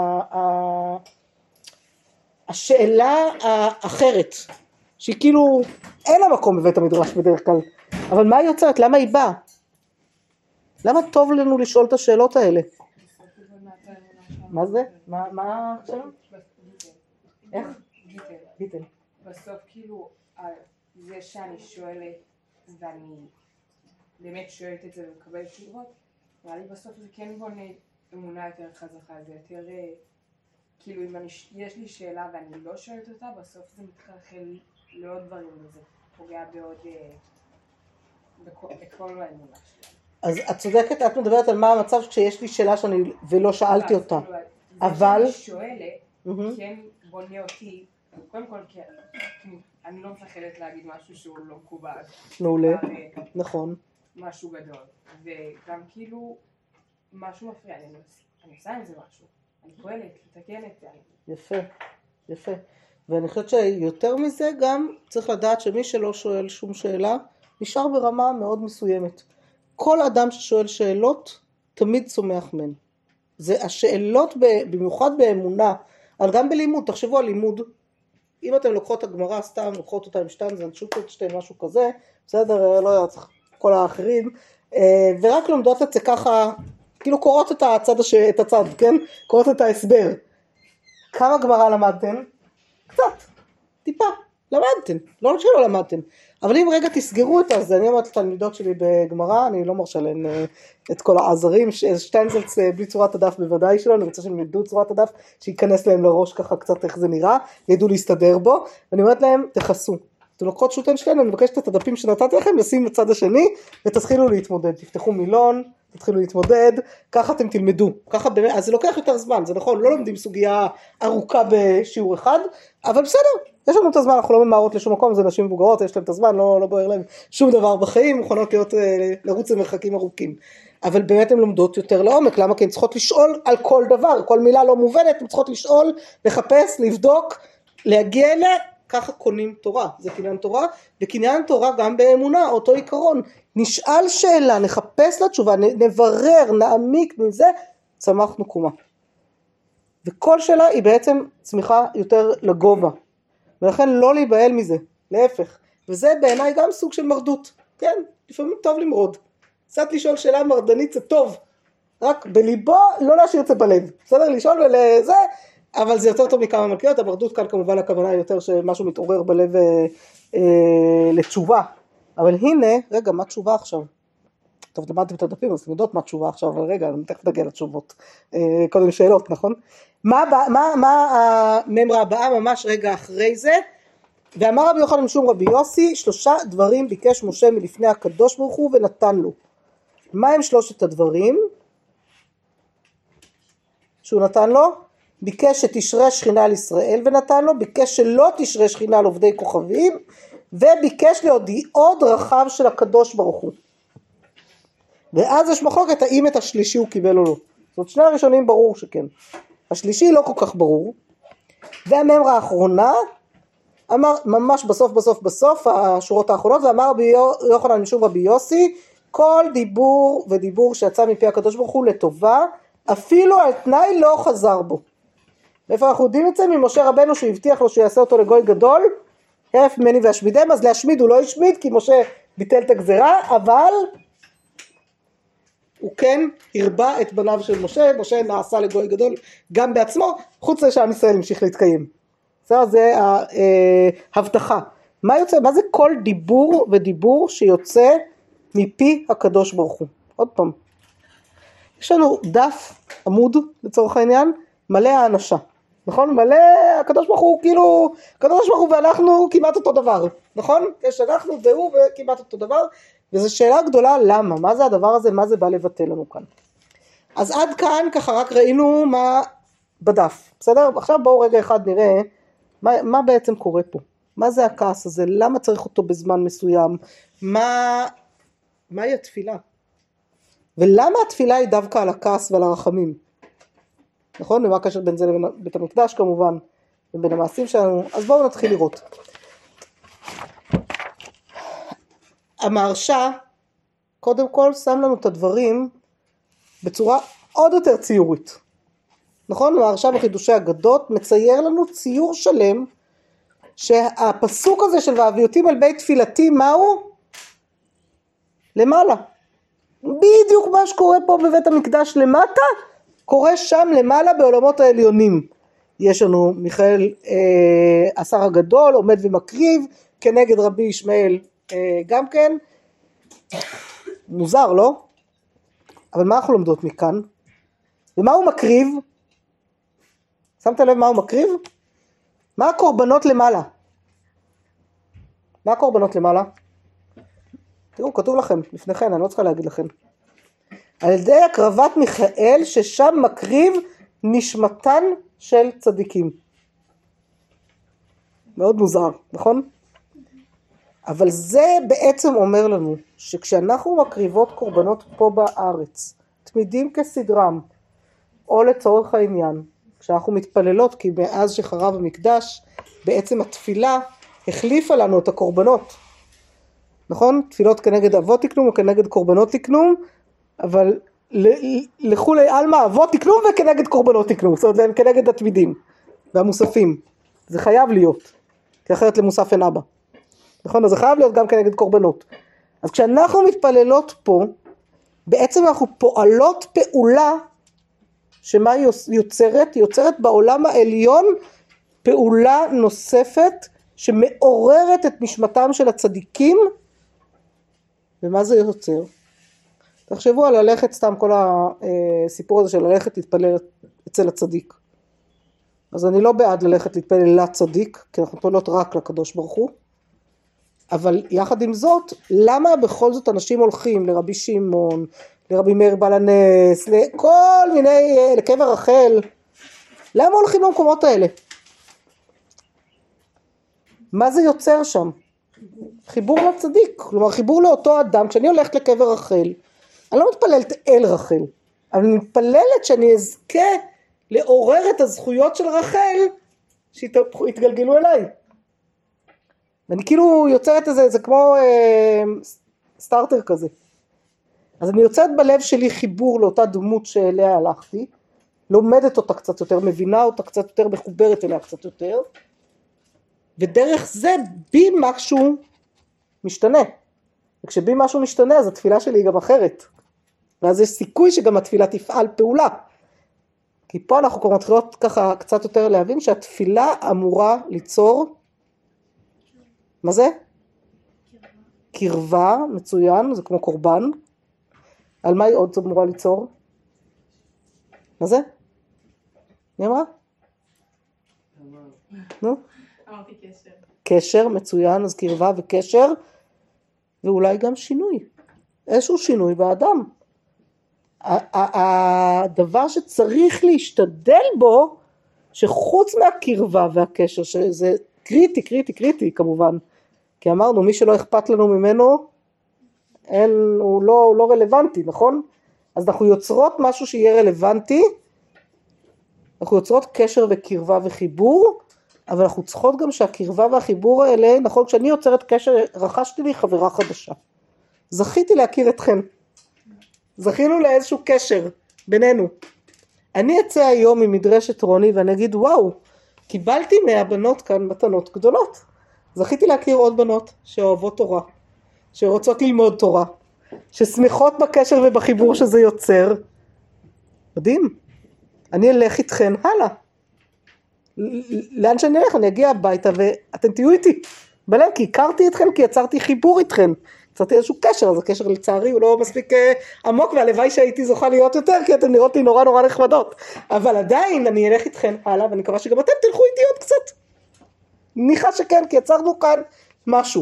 השאלה האחרת, שהיא כאילו אין לה מקום בבית המדרש בדרך כלל, אבל מה היא יוצרת? למה היא באה? למה טוב לנו לשאול את השאלות האלה? מה זה? מה עכשיו? איך? גיטל. בסוף כאילו זה שאני שואלת ואני באמת שואלת את זה ומקבלת תשובות, נראה לי בסוף זה כן בונה אמונה יותר חזקה, זה יותר כאילו אם יש לי שאלה ואני לא שואלת אותה, בסוף זה מתחלחל לעוד דברים וזה פוגע בעוד בכל האמונה שלי. אז את צודקת, את מדברת על מה המצב כשיש לי שאלה שאני ולא שאלתי אותה. אבל שאני שואלת כן בונה אותי, קודם כל כי אני לא מפחדת להגיד משהו שהוא לא מקובל. מעולה, נכון. משהו גדול, וגם כאילו משהו מפריע, אני עושה עם זה משהו, אני פועלת, לתקן את זה. יפה, יפה. ואני חושבת שיותר מזה גם צריך לדעת שמי שלא שואל שום שאלה, נשאר ברמה מאוד מסוימת. כל אדם ששואל שאלות, תמיד צומח מהן. זה השאלות במיוחד באמונה, אבל גם בלימוד, תחשבו על לימוד. אם אתם לוקחות את הגמרא סתם, לוקחות אותה עם שטיינזן, שופרשטיין, משהו כזה, בסדר, לא יודע, כל האחרים, ורק לומדות את זה ככה, כאילו קוראות את הצד, כן? קוראות את ההסבר. כמה גמרא למדתם? קצת, טיפה, למדתם, לא שלא למדתם. אבל אם רגע תסגרו את זה, אני אומרת לתלמידות שלי בגמרא, אני לא מרשה להן את כל העזרים, שטיינזלץ בלי צורת הדף בוודאי שלו, אני רוצה שהם ידעו צורת הדף, שיכנס להם לראש ככה קצת איך זה נראה, ידעו להסתדר בו, ואני אומרת להם, תחסו. אתם לוקחות שוטנשטיין, אני מבקשת את הדפים שנתתי לכם, לשים בצד השני, ותתחילו להתמודד, תפתחו מילון, תתחילו להתמודד, ככה אתם תלמדו, ככה באמת, אז זה לוקח יותר זמן, זה נכון, לא לומדים סוגיה ארוכה בשיעור אחד, אבל בסדר, יש לנו את הזמן, אנחנו לא ממהרות לשום מקום, זה נשים מבוגרות, יש להם את הזמן, לא בוער להם שום דבר בחיים, מוכנות לרוץ למרחקים ארוכים, אבל באמת הן לומדות יותר לעומק, למה? כי הן צריכות לשאול על כל דבר, כל מילה לא מובנת, הן צריכות לשאול, לחפש, לבדוק, להגיע אליה, ככה קונים תורה, זה קניין תורה, וקניין תורה גם באמונה, אותו עיקרון, נשאל שאלה, נחפש לה תשובה, נברר, נעמיק מזה, צמחנו קומה. וכל שאלה היא בעצם צמיחה יותר לגובה, ולכן לא להיבהל מזה, להפך, וזה בעיניי גם סוג של מרדות, כן, לפעמים טוב למרוד, קצת לשאול שאלה מרדנית זה טוב, רק בליבו לא להשאיר את זה בלב, בסדר, לשאול ולזה, אבל זה יותר טוב מכמה מלכיות, המרדות כאן כמובן הכוונה יותר שמשהו מתעורר בלב לתשובה, אבל הנה, רגע, מה תשובה עכשיו? טוב, למדתם את הדפים, אז אתם יודעות מה תשובה עכשיו, אבל רגע, אני תכף נגיע לתשובות, קודם שאלות, נכון? מה הממרה הבאה ממש רגע אחרי זה? ואמר רבי יוחנן משום רבי יוסי, 3 דברים ביקש משה מלפני הקדוש ברוך הוא ונתן לו. מה הם 3 הדברים שהוא נתן לו? ביקש שתשרה שכינה על ישראל ונתן לו, ביקש שלא תשרה שכינה על עובדי כוכבים, וביקש להודיעו דרכיו של הקדוש ברוך הוא. ואז יש מחלוקת האם את השלישי הוא קיבל או לא. זאת אומרת, 2 הראשונים ברור שכן. השלישי לא כל כך ברור. והממרה האחרונה, אמר ממש בסוף השורות האחרונות, ואמר רבי יוחנן משום רבי יוסי, כל דיבור ודיבור שיצא מפי הקדוש ברוך הוא לטובה, אפילו על תנאי לא חזר בו. איפה אנחנו יודעים את זה? ממשה רבנו שהוא הבטיח לו שהוא יעשה אותו לגוי גדול, הרף ממני והשמידם, אז להשמיד הוא לא השמיד, כי משה ביטל את הגזרה, אבל הוא כן הרבה את בניו של משה, משה נעשה לגוי גדול גם בעצמו, חוץ לשעם ישראל המשיך להתקיים. זה ההבטחה. מה יוצא? מה זה כל דיבור ודיבור שיוצא מפי הקדוש ברוך הוא? עוד פעם. יש לנו דף עמוד לצורך העניין, מלא האנשה. נכון? מלא הקדוש ברוך הוא כאילו, הקדוש ברוך הוא ואנחנו כמעט אותו דבר. נכון? יש אנחנו והוא וכמעט אותו דבר. וזו שאלה גדולה, למה? מה זה הדבר הזה? מה זה בא לבטא לנו כאן? אז עד כאן ככה רק ראינו מה בדף. בסדר? עכשיו בואו רגע אחד נראה מה בעצם קורה פה. מה זה הכעס הזה? למה צריך אותו בזמן מסוים? מהי התפילה? ולמה התפילה היא דווקא על הכעס ועל הרחמים? נכון? ומה הקשר בין זה לבין בית המקדש כמובן, ובין המעשים שלנו? אז בואו נתחיל לראות. המהרש"א קודם כל שם לנו את הדברים בצורה עוד יותר ציורית. נכון? המהרש"א בחידושי אגדות מצייר לנו ציור שלם, שהפסוק הזה של והביאותים אל בית תפילתי, מהו? למעלה. בדיוק מה שקורה פה בבית המקדש למטה, קורה שם למעלה בעולמות העליונים. יש לנו מיכאל השר הגדול עומד ומקריב כנגד רבי ישמעאל גם כן. מוזר, לא? אבל מה אנחנו לומדות מכאן? ומה הוא מקריב? שמת לב מה הוא מקריב? מה הקורבנות למעלה? מה הקורבנות למעלה? תראו, כתוב לכם לפניכם, אני לא צריכה להגיד לכם. על ידי הקרבת מיכאל ששם מקריב נשמתן של צדיקים. מאוד מוזר, נכון? אבל זה בעצם אומר לנו שכשאנחנו מקריבות קורבנות פה בארץ, תמידים כסדרם, או לצורך העניין, כשאנחנו מתפללות, כי מאז שחרב המקדש, בעצם התפילה החליפה לנו את הקורבנות. נכון? תפילות כנגד אבות תקנום וכנגד קורבנות תקנום, אבל לכולי עלמא אבות תקנום וכנגד קורבנות תקנום, זאת אומרת להם כנגד התמידים והמוספים. זה חייב להיות, כי אחרת למוסף אין אבא. נכון? אז זה חייב להיות גם כנגד קורבנות. אז כשאנחנו מתפללות פה, בעצם אנחנו פועלות פעולה, שמה היא יוצרת? היא יוצרת בעולם העליון פעולה נוספת, שמעוררת את נשמתם של הצדיקים. ומה זה יוצר? תחשבו על ללכת, סתם כל הסיפור הזה של ללכת להתפלל אצל הצדיק. אז אני לא בעד ללכת להתפלל לצדיק, כי אנחנו פועלות רק לקדוש ברוך הוא. אבל יחד עם זאת, למה בכל זאת אנשים הולכים לרבי שמעון, לרבי מאיר בעל הנס, לכל מיני, לקבר רחל? למה הולכים למקומות האלה? מה זה יוצר שם? חיבור לצדיק, כלומר חיבור לאותו אדם. כשאני הולכת לקבר רחל, אני לא מתפללת אל רחל, אבל אני מתפללת שאני אזכה לעורר את הזכויות של רחל, שיתגלגלו אליי. ואני כאילו יוצרת איזה, זה כמו סטארטר כזה. אז אני יוצרת בלב שלי חיבור לאותה דמות שאליה הלכתי, לומדת אותה קצת יותר, מבינה אותה קצת יותר, מחוברת אליה קצת יותר, ודרך זה בי משהו משתנה. וכשבי משהו משתנה, אז התפילה שלי היא גם אחרת. ואז יש סיכוי שגם התפילה תפעל פעולה. כי פה אנחנו כבר מתחילות ככה קצת יותר להבין שהתפילה אמורה ליצור, מה זה? קרבה, מצוין, זה כמו קורבן. על מה היא עוד אמורה ליצור? מה זה? מי אמרה? נו? אמרתי קשר. קשר, מצוין, אז קרבה וקשר, ואולי גם שינוי. איזשהו שינוי באדם. הדבר שצריך להשתדל בו, שחוץ מהקרבה והקשר, שזה קריטי, קריטי, קריטי כמובן, כי אמרנו מי שלא אכפת לנו ממנו, הוא לא רלוונטי, נכון? אז אנחנו יוצרות משהו שיהיה רלוונטי, אנחנו יוצרות קשר וקרבה וחיבור, אבל אנחנו צריכות גם שהקרבה והחיבור האלה, נכון, כשאני יוצרת קשר, רכשתי לי חברה חדשה. זכיתי להכיר אתכם. זכינו לאיזשהו קשר בינינו. אני אצא היום ממדרשת רוני ואני אגיד, וואו, קיבלתי מהבנות כאן מתנות גדולות. זכיתי להכיר עוד בנות שאוהבות תורה, שרוצות ללמוד תורה, ששמחות בקשר ובחיבור שזה יוצר. מדהים. אני אלך איתכן הלאה. לאן שאני אלך, אני אגיע הביתה ואתם תהיו איתי בלב, כי הכרתי אתכן, כי יצרתי חיבור איתכן, יצרתי איזשהו קשר. אז הקשר לצערי הוא לא מספיק עמוק, והלוואי שהייתי זוכה להיות יותר, כי אתם נראות לי נורא נורא נחמדות, אבל עדיין אני אלך איתכן הלאה, ואני מקווה שגם אתם תלכו איתי עוד קצת. ניחה שכן, כי יצרנו כאן משהו.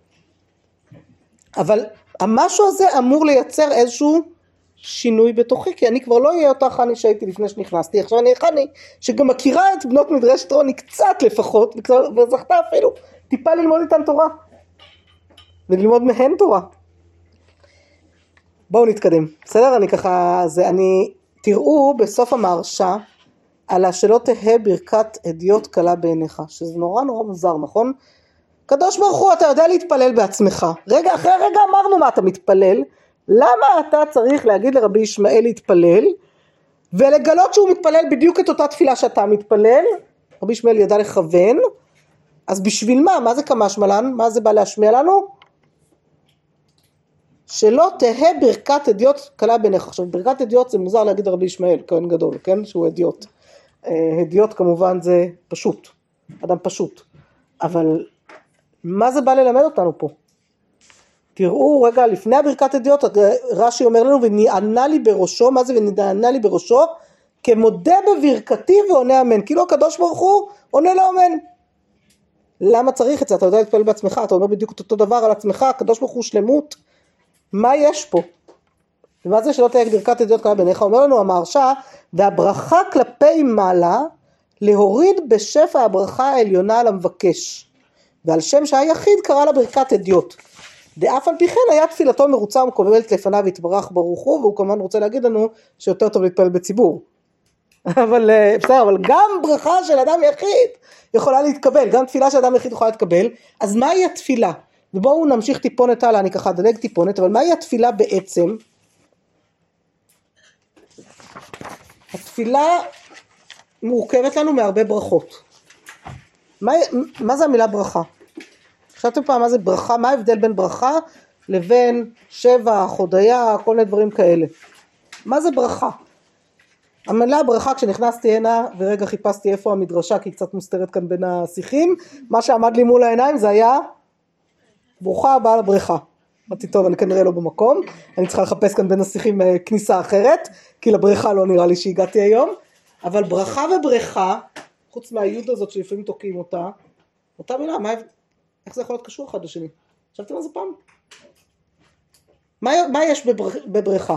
אבל המשהו הזה אמור לייצר איזשהו שינוי בתוכי, כי אני כבר לא אהיה אותה חני שהייתי לפני שנכנסתי. עכשיו אני חני שגם מכירה את בנות מדרשת רוני קצת לפחות, וזכתה אפילו טיפה ללמוד איתן תורה וללמוד מהן תורה. בואו נתקדם, בסדר? אני ככה, תראו בסוף המהרשה על השלא תהא ברכת הדיוט קלה בעיניך, שזה נורא נורא מוזר, נכון? קדוש ברוך הוא, אתה יודע להתפלל בעצמך. רגע אחרי רגע אמרנו מה אתה מתפלל, למה אתה צריך להגיד לרבי ישמעאל להתפלל, ולגלות שהוא מתפלל בדיוק את אותה תפילה שאתה מתפלל? רבי ישמעאל ידע לכוון, אז בשביל מה? מה זה כמש מלן? מה זה בא להשמיע לנו? שלא תהא ברכת הדיוט קלה בעיניך. עכשיו ברכת הדיוט זה מוזר להגיד לרבי ישמעאל, כהן גדול, כן? שהוא הדיוט. הדיוט כמובן זה פשוט, אדם פשוט, אבל מה זה בא ללמד אותנו פה? תראו רגע לפני הברכת הדיוט, רש"י אומר לנו ונענה לי בראשו. מה זה ונענה לי בראשו? כמודה בברכתי ועונה אמן. כאילו הקדוש ברוך הוא עונה לו אמן. למה צריך את זה? אתה יודע להתפלל בעצמך, אתה אומר בדיוק אותו דבר על עצמך, הקדוש ברוך הוא שלמות. מה יש פה? ומה זה שלא תהיה ברכת הדיוט קלה בעיניך? אומר לנו המהרשה, והברכה כלפי מעלה להוריד בשפע הברכה העליונה על המבקש, ועל שם שהיחיד קרא לה ברכת הדיוט. דאף על פי כן היה תפילתו מרוצה ומקובלת לפניו יתברך ברוך הוא, והוא כמובן רוצה להגיד לנו שיותר טוב להתפלל בציבור. אבל בסדר, אבל גם ברכה של אדם יחיד יכולה להתקבל, גם תפילה של אדם יחיד יכולה להתקבל. אז מהי התפילה? ובואו נמשיך טיפונת הלאה, אני ככה דלג טיפונת, אבל מהי התפילה בעצם? התפילה מורכבת לנו מהרבה ברכות. מה זה המילה ברכה? חשבתם פעם מה זה ברכה? מה ההבדל בין ברכה לבין שבח, הודיה, כל מיני דברים כאלה? מה זה ברכה? המילה ברכה, כשנכנסתי הנה ורגע חיפשתי איפה המדרשה, כי היא קצת מוסתרת כאן בין השיחים, מה שעמד לי מול העיניים זה היה ברוכה הבאה לבריכה. אמרתי טוב, אני כנראה לא במקום, אני צריכה לחפש כאן בין השיחים כניסה אחרת, כי לבריכה לא נראה לי שהגעתי היום. אבל ברכה ובריכה, חוץ מהיוד הזאת שלפעמים תוקעים אותה מילה, איך זה יכול להיות קשור אחד לשני? חשבתם על זה פעם? מה יש בבריכה?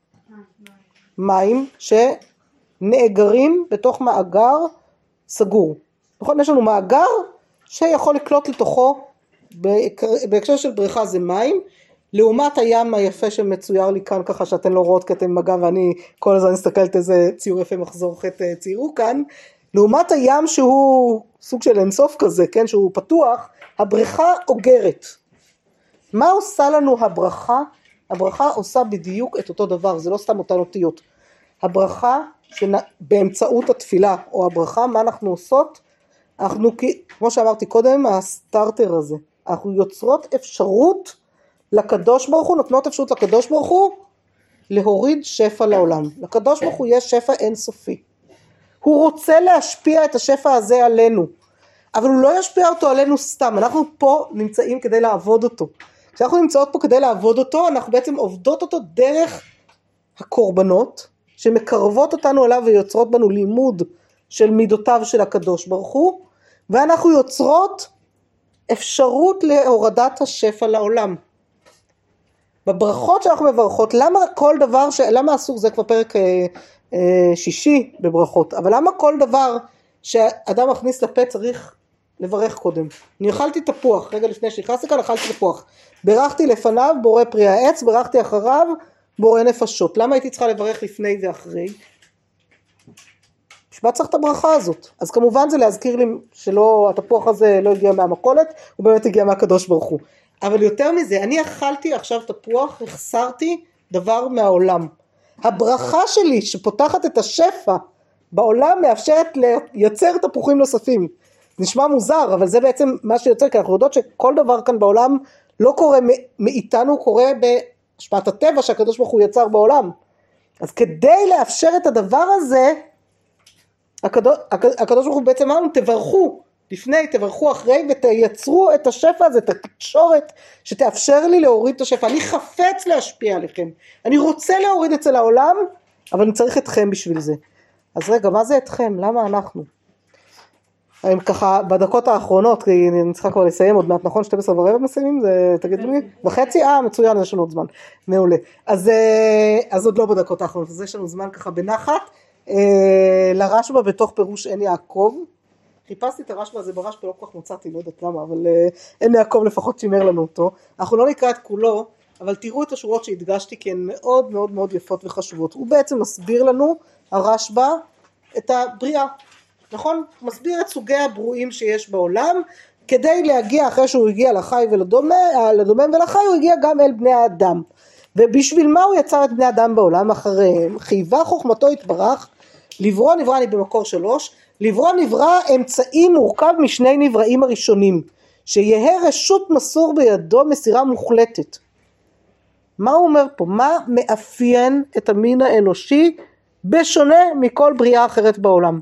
מים שנאגרים בתוך מאגר סגור. נכון, יש לנו מאגר שיכול לקלוט לתוכו, בהקשר של בריכה זה מים, לעומת הים היפה שמצויר לי כאן ככה שאתן לא רואות כי אתן מגע ואני כל הזמן מסתכלת איזה ציור יפה מחזור חטא ציירו כאן, לעומת הים שהוא סוג של אינסוף כזה, כן, שהוא פתוח, הבריכה אוגרת. מה עושה לנו הברכה? הברכה עושה בדיוק את אותו דבר, זה לא סתם אותן אותיות. הברכה באמצעות התפילה או הברכה, מה אנחנו עושות? אנחנו, כמו שאמרתי קודם, הסטארטר הזה, אנחנו יוצרות אפשרות לקדוש ברוך הוא, נותנות אפשרות לקדוש ברוך הוא להוריד שפע לעולם. לקדוש ברוך הוא יש שפע אינסופי. הוא רוצה להשפיע את השפע הזה עלינו, אבל הוא לא ישפיע אותו עלינו סתם. אנחנו פה נמצאים כדי לעבוד אותו. כשאנחנו נמצאות פה כדי לעבוד אותו, אנחנו בעצם עובדות אותו דרך הקורבנות, שמקרבות אותנו אליו ויוצרות בנו לימוד של מידותיו של הקדוש ברוך הוא, ואנחנו יוצרות אפשרות להורדת השפע לעולם. בברכות שאנחנו מברכות, למה כל דבר, למה אסור, זה כבר פרק שישי בברכות, אבל למה כל דבר שאדם מכניס לפה צריך לברך קודם? אני אכלתי תפוח, רגע לפני שנכנסתי כאן אכלתי תפוח, ברכתי לפניו בורא פרי העץ, ברכתי אחריו בורא נפשות. למה הייתי צריכה לברך לפני ואחרי? בשביל צריך את הברכה הזאת. אז כמובן זה להזכיר לי שלא, התפוח הזה לא הגיע מהמכולת, הוא באמת הגיע מהקדוש ברוך הוא. אבל יותר מזה, אני אכלתי עכשיו תפוח, החסרתי דבר מהעולם. הברכה שלי שפותחת את השפע בעולם מאפשרת לייצר תפוחים נוספים. נשמע מוזר, אבל זה בעצם מה שיוצא, כי אנחנו יודעות שכל דבר כאן בעולם לא קורה מאיתנו, קורה בהשפעת הטבע שהקדוש ברוך הוא יצר בעולם. אז כדי לאפשר את הדבר הזה, הקדוש ברוך הוא בעצם אמרנו, תברכו לפני, תברכו אחרי, ותייצרו את השפע הזה, את התקשורת שתאפשר לי להוריד את השפע. אני חפץ להשפיע עליכם, אני רוצה להוריד אצל העולם, אבל אני צריך אתכם בשביל זה. אז רגע, מה זה אתכם? למה אנחנו? הם ככה בדקות האחרונות, כי אני צריכה כבר לסיים עוד מעט, נכון? 12:15 מסיימים? תגידו לי? וחצי? מצוין, יש לנו עוד זמן. מעולה. אז עוד לא בדקות האחרונות, אז יש לנו זמן ככה בנחת. לרשב"א בתוך פירוש עין יעקב. חיפשתי את הרשב"א הזה ברשב"א, לא כל כך מוצאתי, לא יודעת למה, אבל עין יעקב לפחות שימר לנו אותו. אנחנו לא נקרא את כולו, אבל תראו את השורות שהדגשתי, כי הן מאוד מאוד מאוד יפות וחשובות. הוא בעצם מסביר לנו, הרשב"א, את הבריאה. נכון? הוא מסביר את סוגי הברואים שיש בעולם, כדי להגיע אחרי שהוא הגיע לחי ולדומם ולחי, הוא הגיע גם אל בני האדם. ובשביל מה הוא יצר את בני האדם בעולם אחריהם? חייבה חוכמתו התברך, לברוא נברא, אני במקור 3, לברוא נברא אמצעי מורכב משני נבראים הראשונים, שיהיה רשות מסור בידו מסירה מוחלטת. מה הוא אומר פה? מה מאפיין את המין האנושי בשונה מכל בריאה אחרת בעולם?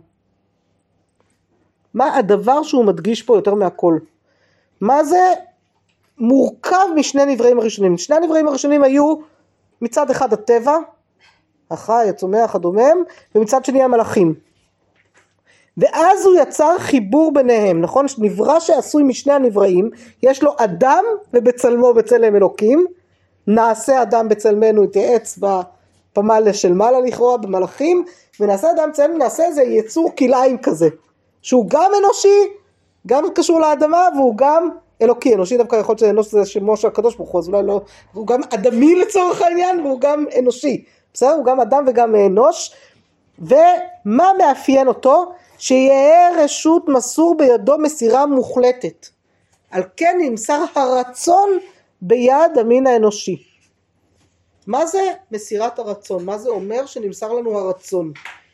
מה הדבר שהוא מדגיש פה יותר מהכל? מה זה מורכב משני נבראים הראשונים? שני הנבראים הראשונים היו מצד אחד הטבע, החי, הצומח, הדומם, ומצד שני המלאכים. ואז הוא יצר חיבור ביניהם, נכון? נברא שעשוי משני הנבראים, יש לו אדם ובצלמו בצלם אלוקים, נעשה אדם בצלמנו, התייעץ בפמל של מעלה לכאורה במלאכים, ונעשה אדם בצלמנו, נעשה איזה יצור כלאיים כזה. שהוא גם אנושי, גם קשור לאדמה, והוא גם אלוקי. אנושי דווקא יכול להיות שאנוש זה שמו של הקדוש ברוך הוא, אז אולי לא, הוא גם אדמי לצורך העניין, והוא גם אנושי. בסדר? הוא גם אדם וגם אנוש. ומה מאפיין אותו? שיהיה רשות מסור בידו מסירה מוחלטת. על כן נמסר הרצון ביד המין האנושי. מה זה מסירת הרצון? מה זה אומר שנמסר לנו הרצון?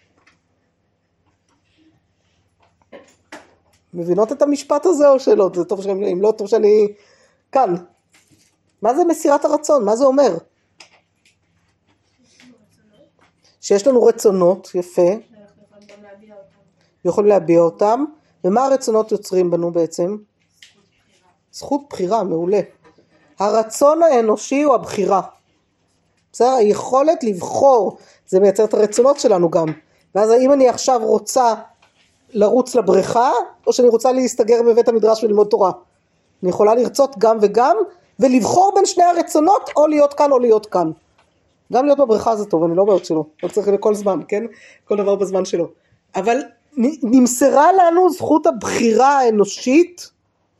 מבינות את המשפט הזה או שלא? זה טוב שאני, אם לא טוב שאני כאן. מה זה מסירת הרצון? מה זה אומר? שיש לנו רצונות, יפה. יכולים להביע אותם. ומה הרצונות יוצרים בנו בעצם? זכות בחירה, מעולה. הרצון האנושי הוא הבחירה. בסדר? היכולת לבחור, זה מייצר את הרצונות שלנו גם. ואז אם אני עכשיו רוצה לרוץ לבריכה, או שאני רוצה להסתגר בבית המדרש וללמוד תורה. אני יכולה לרצות גם וגם, ולבחור בין שני הרצונות, או להיות כאן או להיות כאן. גם להיות בבריכה זה טוב, אני לא בעיות שלו. לא צריך לכל זמן, כן? כל דבר בזמן שלו. אבל נמסרה לנו זכות הבחירה האנושית,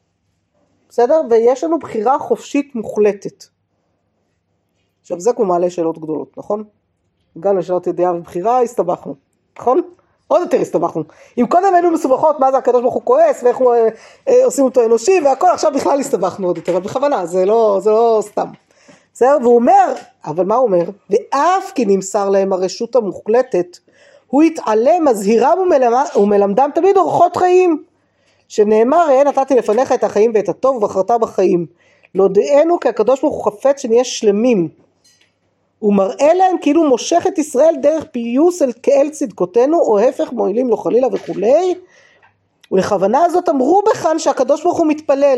בסדר? ויש לנו בחירה חופשית מוחלטת. עכשיו זה כמו מעלה שאלות גדולות, נכון? גם לשאלות ידיעה ובחירה הסתבכנו, נכון? עוד יותר הסתבכנו. אם קודם היינו מסובכות מה זה הקדוש ברוך הוא כועס ואיך הוא עושים אותו אנושי והכל, עכשיו בכלל הסתבכנו עוד יותר, אבל בכוונה, זה לא סתם. בסדר? והוא אומר, אבל מה הוא אומר? ואף כי נמסר להם הרשות המוחלטת, הוא התעלם, מזהירם ומלמדם תמיד אורחות חיים. שנאמר, ראה נתתי לפניך את החיים ואת הטוב ובחרת בחיים. לא דענו כי הקדוש ברוך הוא חפץ שנהיה שלמים. הוא מראה להם כאילו מושך את ישראל דרך פיוס כאל צדקותינו, או הפך מועילים לו חלילה וכולי. ולכוונה הזאת אמרו בכאן שהקדוש ברוך הוא מתפלל.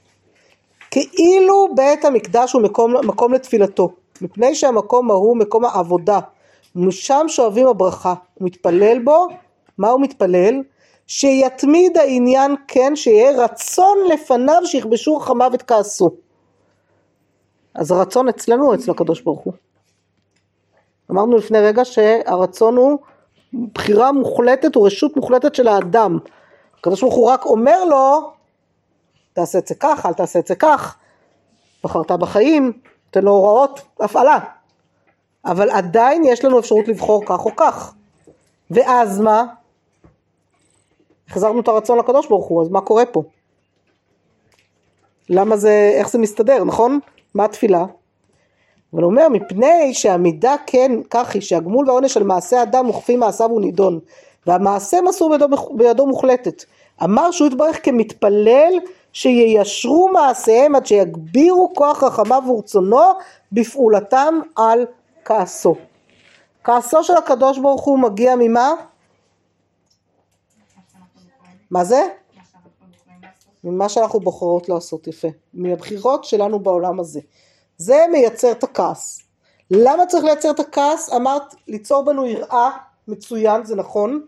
כאילו בית המקדש הוא מקום לתפילתו. מפני שהמקום הוא מקום העבודה. משם שואבים הברכה. הוא מתפלל בו. מה הוא מתפלל? שיתמיד העניין כן, שיהיה רצון לפניו שיכבשו רחמיו וכעסו. אז הרצון אצלנו, אצל הקדוש ברוך הוא. אמרנו לפני רגע שהרצון הוא בחירה מוחלטת ורשות מוחלטת של האדם. הקדוש ברוך הוא רק אומר לו, תעשה את זה כך, אל תעשה את זה כך, בחרת בחיים, תן לו הוראות הפעלה. אבל עדיין יש לנו אפשרות לבחור כך או כך. ואז מה? החזרנו את הרצון לקדוש ברוך הוא, אז מה קורה פה? למה זה, איך זה מסתדר, נכון? מה התפילה? אבל הוא אומר, מפני שהמידה כן כך היא, שהגמול והעונש של מעשה אדם מוכפי מעשיו הוא נידון, והמעשה מסור בידו מוחלטת. אמר שהוא יתברך כמתפלל שיישרו מעשיהם עד שיגבירו כוח רחמיו ורצונו בפעולתם על כעסו. כעסו של הקדוש ברוך הוא מגיע ממה? מה זה? ממה שאנחנו בוחרות לעשות, יפה. מהבחירות שלנו בעולם הזה. זה מייצר את הכעס. למה צריך לייצר את הכעס? אמרת, ליצור בנו יראה, מצוין, זה נכון.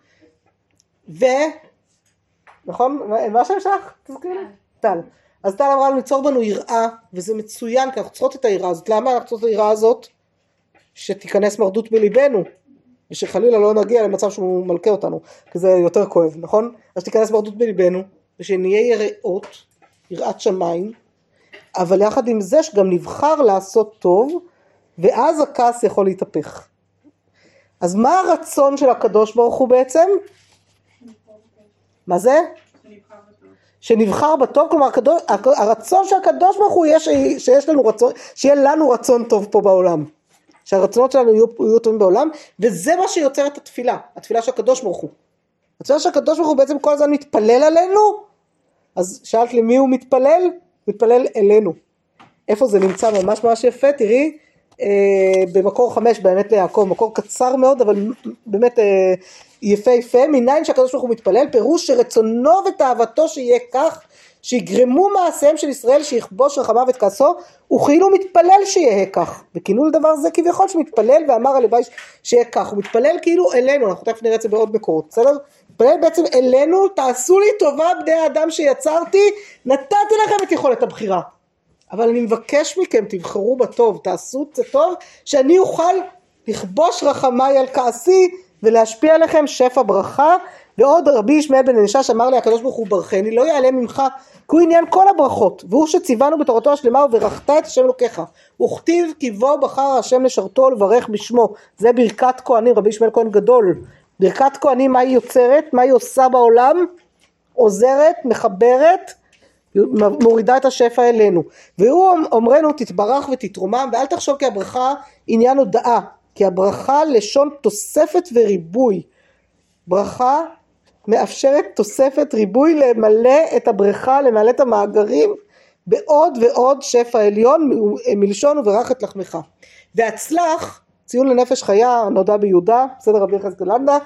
נכון? מה השם שלך? תזכירי? טל. אז טל אמרה לנו ליצור בנו יראה, וזה מצוין, כי אנחנו צריכות את היראה הזאת. למה אנחנו צריכות את היראה הזאת? שתיכנס מרדות בליבנו, ושחלילה לא נגיע למצב שהוא מלכה אותנו, כי זה יותר כואב, נכון? אז תיכנס מרדות בליבנו, ושנהיה יראות, יראת שמיים, אבל יחד עם זה שגם נבחר לעשות טוב, ואז הכעס יכול להתהפך. אז מה הרצון של הקדוש ברוך הוא בעצם? מה זה? שנבחר בטוב, כלומר הרצון של הקדוש ברוך הוא שיש לנו רצון, שיהיה לנו רצון טוב פה בעולם. שהרצונות שלנו יהיו טובים בעולם, וזה מה שיוצר את התפילה, התפילה של הקדוש ברוך הוא. התפילה של הקדוש ברוך הוא בעצם כל הזמן מתפלל עלינו, אז שאלת לי מי הוא מתפלל? מתפלל אלינו. איפה זה נמצא? ממש ממש יפה, תראי, במקור 5 באמת ליעקב, מקור קצר מאוד, אבל באמת יפה יפה, מניין שהקדוש ברוך הוא מתפלל, פירוש שרצונו ותאוותו שיהיה כך, שיגרמו מעשיהם של ישראל שיכבוש רחמיו את כעסו, הוא כאילו מתפלל שיהיה כך, וכינו לדבר זה כביכול שמתפלל ואמר על הלוואי שיהיה כך, הוא מתפלל כאילו אלינו, אנחנו תכף נראה את זה בעוד מקורות, בסדר? מתפלל בעצם אלינו, תעשו לי טובה בני האדם שיצרתי, נתתי לכם את יכולת הבחירה, אבל אני מבקש מכם, תבחרו בטוב, תעשו את זה טוב, שאני אוכל לכבוש רחמיי על כעסי, ולהשפיע עליכם שפע ברכה, ועוד רבי ישמעאל בן אלישע שאמר לי הקדוש ברוך הוא ברכני לא יעלה ממך כי הוא עניין כל הברכות והוא שציוונו בתורתו השלמה וברכת את השם אלוקיך וכתיב כי בו בחר השם לשרתו לברך בשמו. זה ברכת כהנים, רבי ישמעאל כהן גדול. ברכת כהנים מה היא יוצרת? מה היא עושה בעולם? עוזרת, מחברת, מורידה את השפע אלינו. והוא אומרנו תתברך ותתרומם, ואל תחשוב כי הברכה עניין הודאה, כי הברכה לשון תוספת וריבוי. ברכה מאפשרת תוספת ריבוי למלא את הבריכה, למלא את המאגרים בעוד ועוד שפע עליון מלשון וברך את לחמך. והצלח, ציון לנפש חיה, נודע ביהודה, בסדר רבי יחזקאל לנדא,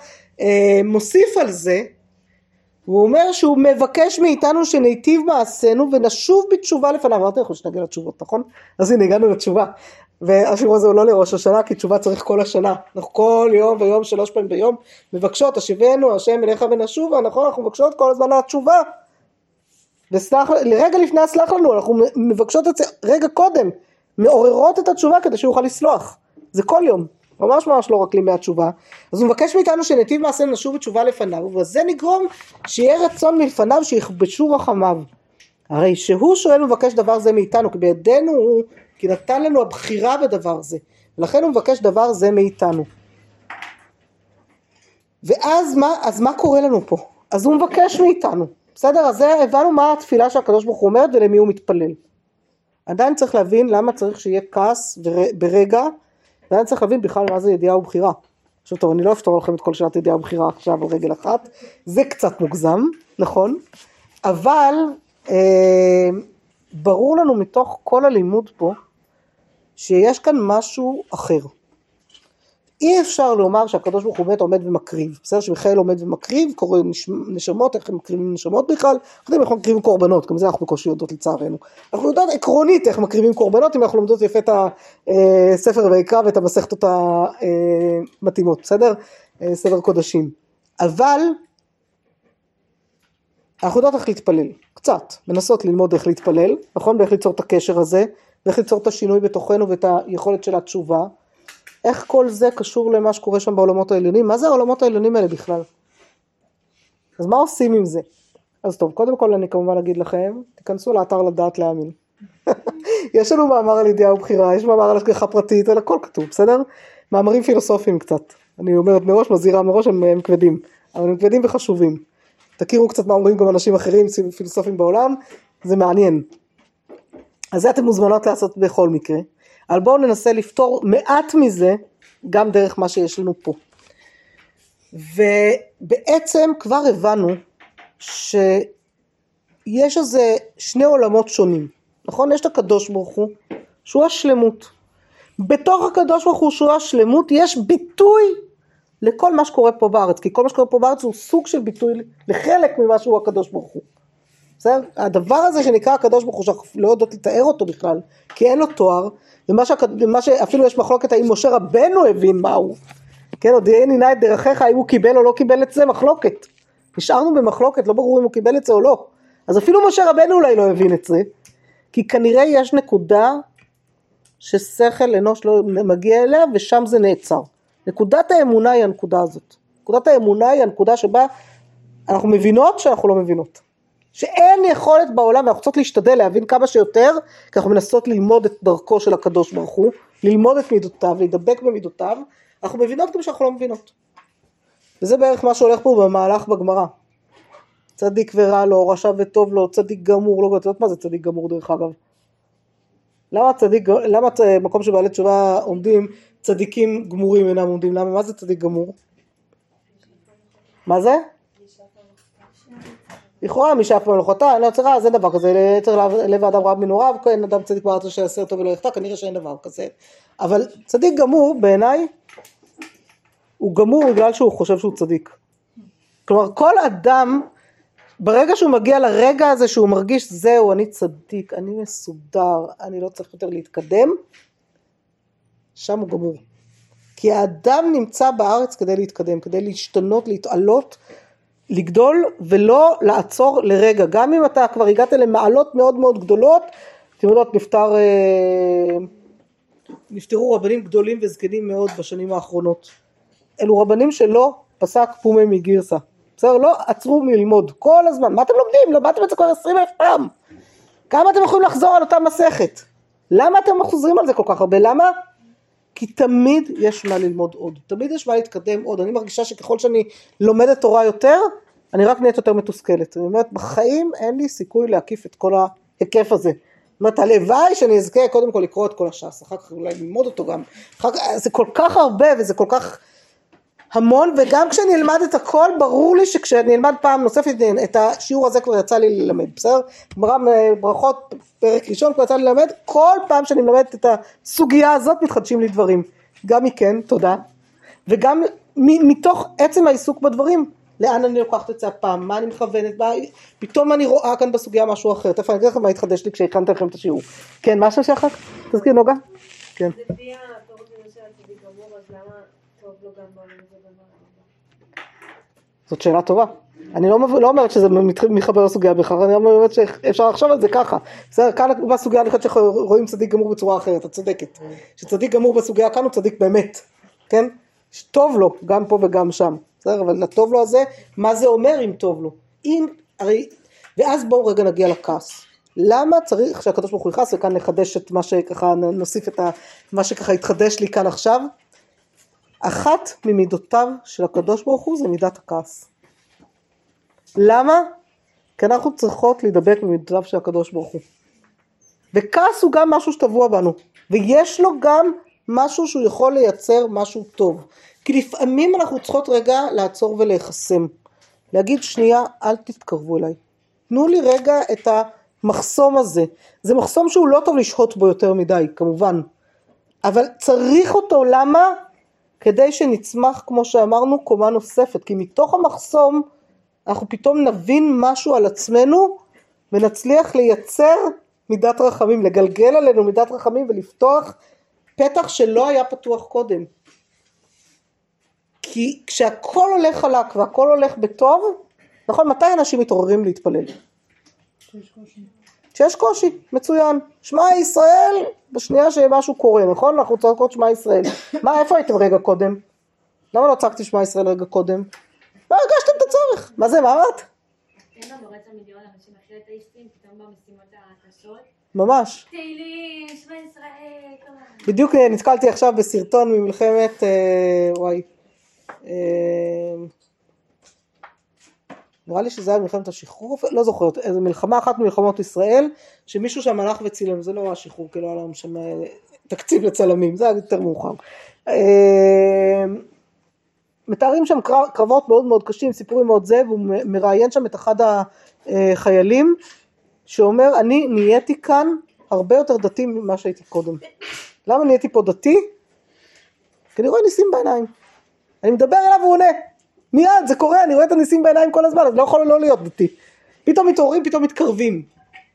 מוסיף על זה, הוא אומר שהוא מבקש מאיתנו שניטיב מעשינו ונשוב בתשובה לפניו. אמרתי לכם שנגיע לתשובות, נכון? אז הנה הגענו לתשובה. והשיעור הזה הוא לא לראש השנה, כי תשובה צריך כל השנה. אנחנו כל יום ויום 3 פעמים ביום מבקשות, השיבנו השם אליך ונשובה, נכון? אנחנו מבקשות כל הזמן התשובה. לרגע לפני הסלח לנו, אנחנו מבקשות את זה רגע קודם, מעוררות את התשובה כדי שהוא יוכל לסלוח. זה כל יום, ממש ממש לא רק לימי התשובה. אז הוא מבקש מאיתנו שנטיב מעשינו נשוב בתשובה לפניו, וזה נגרום שיהיה רצון מלפניו שיכבשו רחמיו. הרי שהוא שואל ומבקש דבר זה מאיתנו, כי בידינו הוא, כי נתן לנו הבחירה בדבר זה, ולכן הוא מבקש דבר זה מאיתנו. ואז מה קורה לנו פה? אז הוא מבקש מאיתנו, בסדר? אז זה הבנו מה התפילה שהקדוש ברוך הוא אומרת ולמי הוא מתפלל. עדיין צריך להבין למה צריך שיהיה כעס ברגע, ועדיין צריך להבין בכלל מה זה ידיעה ובחירה. עכשיו טוב, אני לא אפתור לכם את כל שאלת ידיעה ובחירה עכשיו על רגל אחת, זה קצת מוגזם, נכון? אבל ברור לנו מתוך כל הלימוד פה, שיש כאן משהו אחר. אי אפשר לומר שהקדוש ברוך הוא באמת עומד ומקריב, בסדר שמיכאל עומד ומקריב, קורא נשמות, איך הם מקריבים נשמות בכלל, אנחנו יודעים איך מקריבים קורבנות, גם זה אנחנו בקושי יודעות לצערנו, אנחנו יודעות עקרונית איך מקריבים קורבנות, אם אנחנו לומדות יפה את הספר ויקרא ואת המסכתות המתאימות, בסדר? סדר קודשים, אבל אנחנו יודעות איך להתפלל, קצת, מנסות ללמוד איך להתפלל, נכון? ואיך ליצור את הקשר הזה, ואיך ליצור את השינוי בתוכנו ואת היכולת של התשובה, איך כל זה קשור למה שקורה שם בעולמות העליונים? מה זה העולמות העליונים האלה בכלל? אז מה עושים עם זה? אז טוב, קודם כל אני כמובן אגיד לכם, תיכנסו לאתר לדעת להאמין. יש לנו מאמר על ידיעה ובחירה, יש מאמר על השגחה פרטית, על הכל כתוב, בסדר? מאמרים פילוסופיים קצת. אני אומרת מראש, מזהירה מראש, הם כבדים. אבל הם כבדים וחשובים. תכירו קצת מה אומרים גם אנשים אחרים, פילוסופים בעולם, זה מעניין. אז זה אתם מוזמנות לעשות בכל מקרה. אבל בואו ננסה לפתור מעט מזה, גם דרך מה שיש לנו פה. ובעצם כבר הבנו שיש איזה שני עולמות שונים, נכון? יש את הקדוש ברוך הוא שהוא השלמות, בתוך הקדוש ברוך הוא שהוא השלמות יש ביטוי לכל מה שקורה פה בארץ, כי כל מה שקורה פה בארץ הוא סוג של ביטוי לחלק ממה שהוא הקדוש ברוך הוא. בסדר? הדבר הזה שנקרא הקדוש ברוך הוא, שאנחנו לא יודעות לתאר אותו בכלל, כי אין לו תואר, ומה שאפילו יש מחלוקת האם משה רבנו הבין מהו, כן, עוד יהיה נינה את דרכיך, האם הוא קיבל או לא קיבל את זה, מחלוקת. נשארנו במחלוקת, לא ברור אם הוא קיבל את זה או לא. אז אפילו משה רבנו אולי לא הבין את זה, כי כנראה יש נקודה ששכל אנוש לא מגיע אליה, ושם זה נעצר. נקודת האמונה היא הנקודה הזאת. נקודת האמונה היא הנקודה שבה אנחנו מבינות שאנחנו לא מבינות. שאין יכולת בעולם, ואנחנו צריכות להשתדל להבין כמה שיותר, כי אנחנו מנסות ללמוד את דרכו של הקדוש ברוך הוא, ללמוד את מידותיו, להידבק במידותיו, אנחנו מבינות גם שאנחנו לא מבינות. וזה בערך מה שהולך פה במהלך בגמרא. צדיק ורע לו, רשע וטוב לו, צדיק גמור, לא יודעת מה זה צדיק גמור דרך אגב. למה מקום שבעלי תשובה עומדים, צדיקים גמורים אינם עומדים, למה? מה זה צדיק גמור? מה זה? לכאורה מי שאף ממלכותה, אני לא צריכה, זה דבר כזה, צריך לב האדם רב מנוריו, אין אדם צדיק בארץ שיעשה אותו ולא יחטא, כנראה שאין דבר כזה. אבל צדיק גמור בעיניי, הוא גמור בגלל שהוא חושב שהוא צדיק. כלומר כל אדם, ברגע שהוא מגיע לרגע הזה שהוא מרגיש, זהו, אני צדיק, אני מסודר, אני לא צריך יותר להתקדם, שם הוא גמור. כי האדם נמצא בארץ כדי להתקדם, כדי להשתנות, להתעלות, לגדול ולא לעצור לרגע. גם אם אתה כבר הגעת למעלות מאוד מאוד גדולות, אתם יודעות, נפטרו רבנים גדולים וזקנים מאוד בשנים האחרונות. אלו רבנים שלא פסק פומי מגירסה. בסדר? לא עצרו מללמוד כל הזמן. מה אתם לומדים? למדתם את זה כבר 20,000 פעם. כמה אתם יכולים לחזור על אותה מסכת? למה אתם חוזרים על זה כל כך הרבה? למה? כי תמיד יש מה ללמוד עוד. תמיד יש מה להתקדם עוד. אני מרגישה שככל שאני לומדת תורה יותר, אני רק נהיית יותר מתוסכלת. אני אומרת, בחיים אין לי סיכוי להקיף את כל ההיקף הזה. זאת אומרת, הלוואי שאני אזכה קודם כל לקרוא את כל הש"ס, אחר כך אולי ללמוד אותו גם. זה כל כך הרבה וזה כל כך המון, וגם כשאני אלמד את הכל, ברור לי שכשאני אלמד פעם נוספת, את השיעור הזה כבר יצא לי ללמד, בסדר? ברכות, פרק ראשון כבר יצא לי ללמד, כל פעם שאני מלמדת את הסוגיה הזאת, מתחדשים לי דברים. גם מכן, תודה. וגם מתוך עצם העיסוק בדברים, לאן אני לוקחת את זה הפעם, מה אני מכוונת, פתאום אני רואה כאן בסוגיה משהו אחר, תכף אני אגיד לכם מה התחדש לי כשהכנתי לכם את השיעור. כן, מה השם שלך? תזכיר נוגה? כן. לפי הפירוש של הצדיק גמור, אז למה טוב לו גם בעולם הזה? זאת שאלה טובה. אני לא אומרת שזה מתחבר לסוגיה בכלל, אני אומרת שאפשר לחשוב על זה ככה. כאן בסוגיה אני חושבת שרואים צדיק גמור בצורה אחרת, את צודקת. שצדיק גמור בסוגיה כאן הוא צדיק באמת, כן? טוב לו, גם פה וגם שם. אבל לטוב לו הזה, מה זה אומר אם טוב לו? ואז בואו רגע נגיע לכעס. למה צריך שהקדוש ברוך הוא יכעס, וכאן נחדש את מה שככה, נוסיף את מה שככה התחדש לי כאן עכשיו. אחת ממידותיו של הקדוש ברוך הוא זה מידת הכעס. למה? כי אנחנו צריכות להידבק במידותיו של הקדוש ברוך הוא. וכעס הוא גם משהו שטבוע בנו, ויש לו גם משהו שהוא יכול לייצר משהו טוב. כי לפעמים אנחנו צריכות רגע לעצור ולהיחסם. להגיד שנייה, אל תתקרבו אליי. תנו לי רגע את המחסום הזה. זה מחסום שהוא לא טוב לשהות בו יותר מדי, כמובן. אבל צריך אותו, למה? כדי שנצמח, כמו שאמרנו, קומה נוספת. כי מתוך המחסום, אנחנו פתאום נבין משהו על עצמנו, ונצליח לייצר מידת רחמים, לגלגל עלינו מידת רחמים, ולפתוח פתח שלא היה פתוח קודם. כי כשהכל הולך חלק והכל הולך בטוב, נכון, מתי אנשים מתעוררים להתפלל? שיש קושי, מצוין. שמע ישראל, בשנייה שמשהו קורה, נכון? אנחנו צועקות שמע ישראל. מה, איפה הייתם רגע קודם? למה לא צעקתי שמע ישראל רגע קודם? לא הרגשתם את הצורך. מה זה, מה אמרת? אין לו ברצה מיליון אנשים אחרי אתאיסטים, פתאום במשימות הקשות. ממש. תהילים, שמע ישראל, כמה. בדיוק נתקלתי עכשיו בסרטון ממלחמת, נראה לי שזה היה מלחמת השחרור, לא זוכרת, איזו מלחמה אחת מלחמות ישראל, שמישהו שם הלך וצילם, זה לא השחרור, כי לא היה לנו שם תקציב לצלמים, זה היה יותר מאוחר. מתארים שם קרבות מאוד מאוד קשים, סיפורים מאוד זה, והוא מראיין שם את אחד החיילים, שאומר, אני נהייתי כאן הרבה יותר דתי ממה שהייתי קודם. למה נהייתי פה דתי? כי אני רואה ניסים בעיניים. אני מדבר אליו והוא עונה. מיד, זה קורה, אני רואה את הניסים בעיניים כל הזמן, אז לא יכול לא להיות דתי. פתאום מתעוררים, פתאום מתקרבים.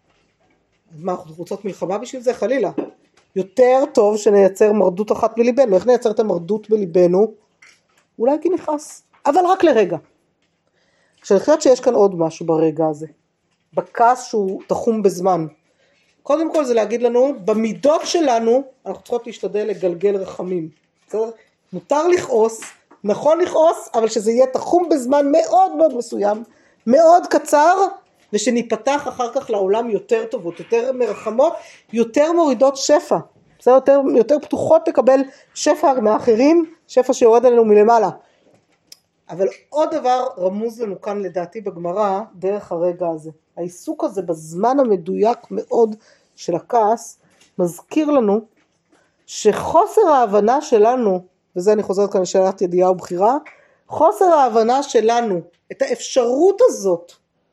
אז מה, אנחנו רוצות מלחמה בשביל זה? חלילה. יותר טוב שנייצר מרדות אחת בליבנו. איך נייצר את המרדות בליבנו? אולי כי נכעס, אבל רק לרגע. שאני חושבת שיש כאן עוד משהו ברגע הזה. בכעס שהוא תחום בזמן. קודם כל זה להגיד לנו, במידות שלנו, אנחנו צריכות להשתדל לגלגל רחמים. בסדר? מותר לכעוס, נכון לכעוס, אבל שזה יהיה תחום בזמן מאוד מאוד מסוים, מאוד קצר, ושניפתח אחר כך לעולם יותר טובות, יותר מרחמות, יותר מורידות שפע. בסדר? יותר פתוחות לקבל שפע מאחרים, שפע שיורד עלינו מלמעלה. אבל עוד דבר רמוז לנו כאן לדעתי בגמרא, דרך הרגע הזה. העיסוק הזה בזמן המדויק מאוד של הכעס, מזכיר לנו שחוסר ההבנה שלנו, וזה אני חוזרת כאן לשאלת ידיעה ובחירה, חוסר ההבנה שלנו, את האפשרות הזאת,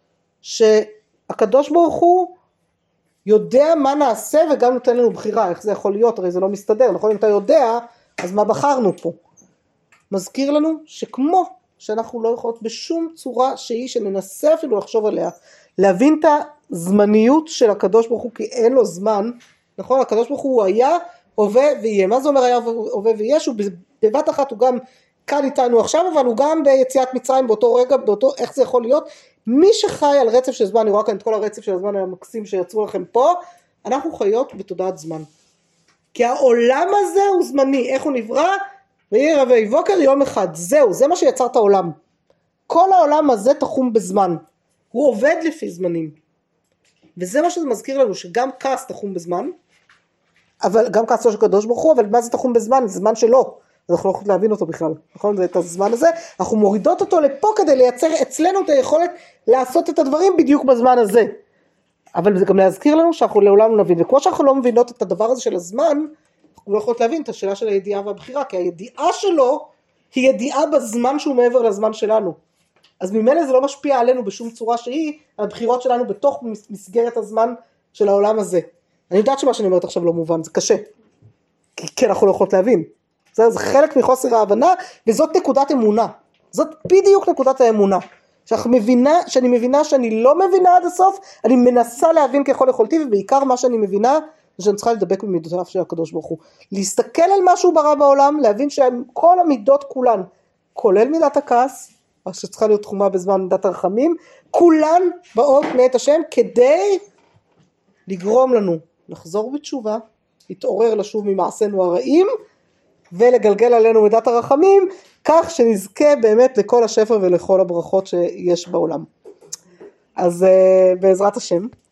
שהקדוש ברוך הוא יודע מה נעשה וגם נותן לנו בחירה, איך זה יכול להיות, הרי זה לא מסתדר, נכון? אם אתה יודע, אז מה בחרנו פה? מזכיר לנו שכמו שאנחנו לא יכולות בשום צורה שהיא, שננסה אפילו לחשוב עליה, להבין את הזמניות של הקדוש ברוך הוא, כי אין לו זמן, נכון? הקדוש ברוך הוא היה, הווה ויהיה. מה זה אומר היה הווה ויהיה? שהוא בבת אחת הוא גם כאן איתנו עכשיו, אבל הוא גם ביציאת מצרים באותו רגע, איך זה יכול להיות? מי שחי על רצף של זמן, אני רואה כאן את כל הרצף של הזמן המקסים שיצרו לכם פה, אנחנו חיות בתודעת זמן. כי העולם הזה הוא זמני, איך הוא נברא? ויהי רביעי ויבוקר יום אחד, זהו, זה מה שיצר את העולם. כל העולם הזה תחום בזמן, הוא עובד לפי זמנים. וזה מה שזה מזכיר לנו, שגם כעס תחום בזמן, אבל גם כעסו של הקדוש ברוך הוא, אבל מה זה תחום בזמן? זה זמן שלו, אז אנחנו לא יכולים להבין אותו בכלל, נכון? זה את הזמן הזה, אנחנו מורידות אותו לפה כדי לייצר אצלנו את היכולת לעשות את הדברים בדיוק בזמן הזה. אבל זה גם להזכיר לנו שאנחנו לעולם לא נבין, וכמו שאנחנו לא מבינות את הדבר הזה של הזמן, אנחנו לא יכולות להבין את השאלה של הידיעה והבחירה, כי הידיעה שלו היא ידיעה בזמן שהוא מעבר לזמן שלנו. אז ממילא זה לא משפיע עלינו בשום צורה שהיא, על הבחירות שלנו בתוך מסגרת הזמן של העולם הזה. אני יודעת שמה שאני אומרת עכשיו לא מובן, זה קשה. כי אנחנו לא יכולות להבין. זה חלק מחוסר ההבנה, וזאת נקודת אמונה. זאת בדיוק נקודת האמונה. שאני מבינה שאני לא מבינה עד הסוף, אני מנסה להבין ככל יכולתי, ובעיקר מה שאני מבינה, זה שאני צריכה לדבק במידותיו של הקדוש ברוך הוא. להסתכל על מה שהוא ברא בעולם, להבין שכל המידות כולן, כולל מידת הכעס, שצריכה להיות תחומה בזמן מידת הרחמים, כולן באות מאת השם, כדי לגרום לנו לחזור בתשובה, להתעורר לשוב ממעשינו הרעים, ולגלגל עלינו מידת הרחמים, כך שנזכה באמת לכל השפע ולכל הברכות שיש בעולם. אז בעזרת השם,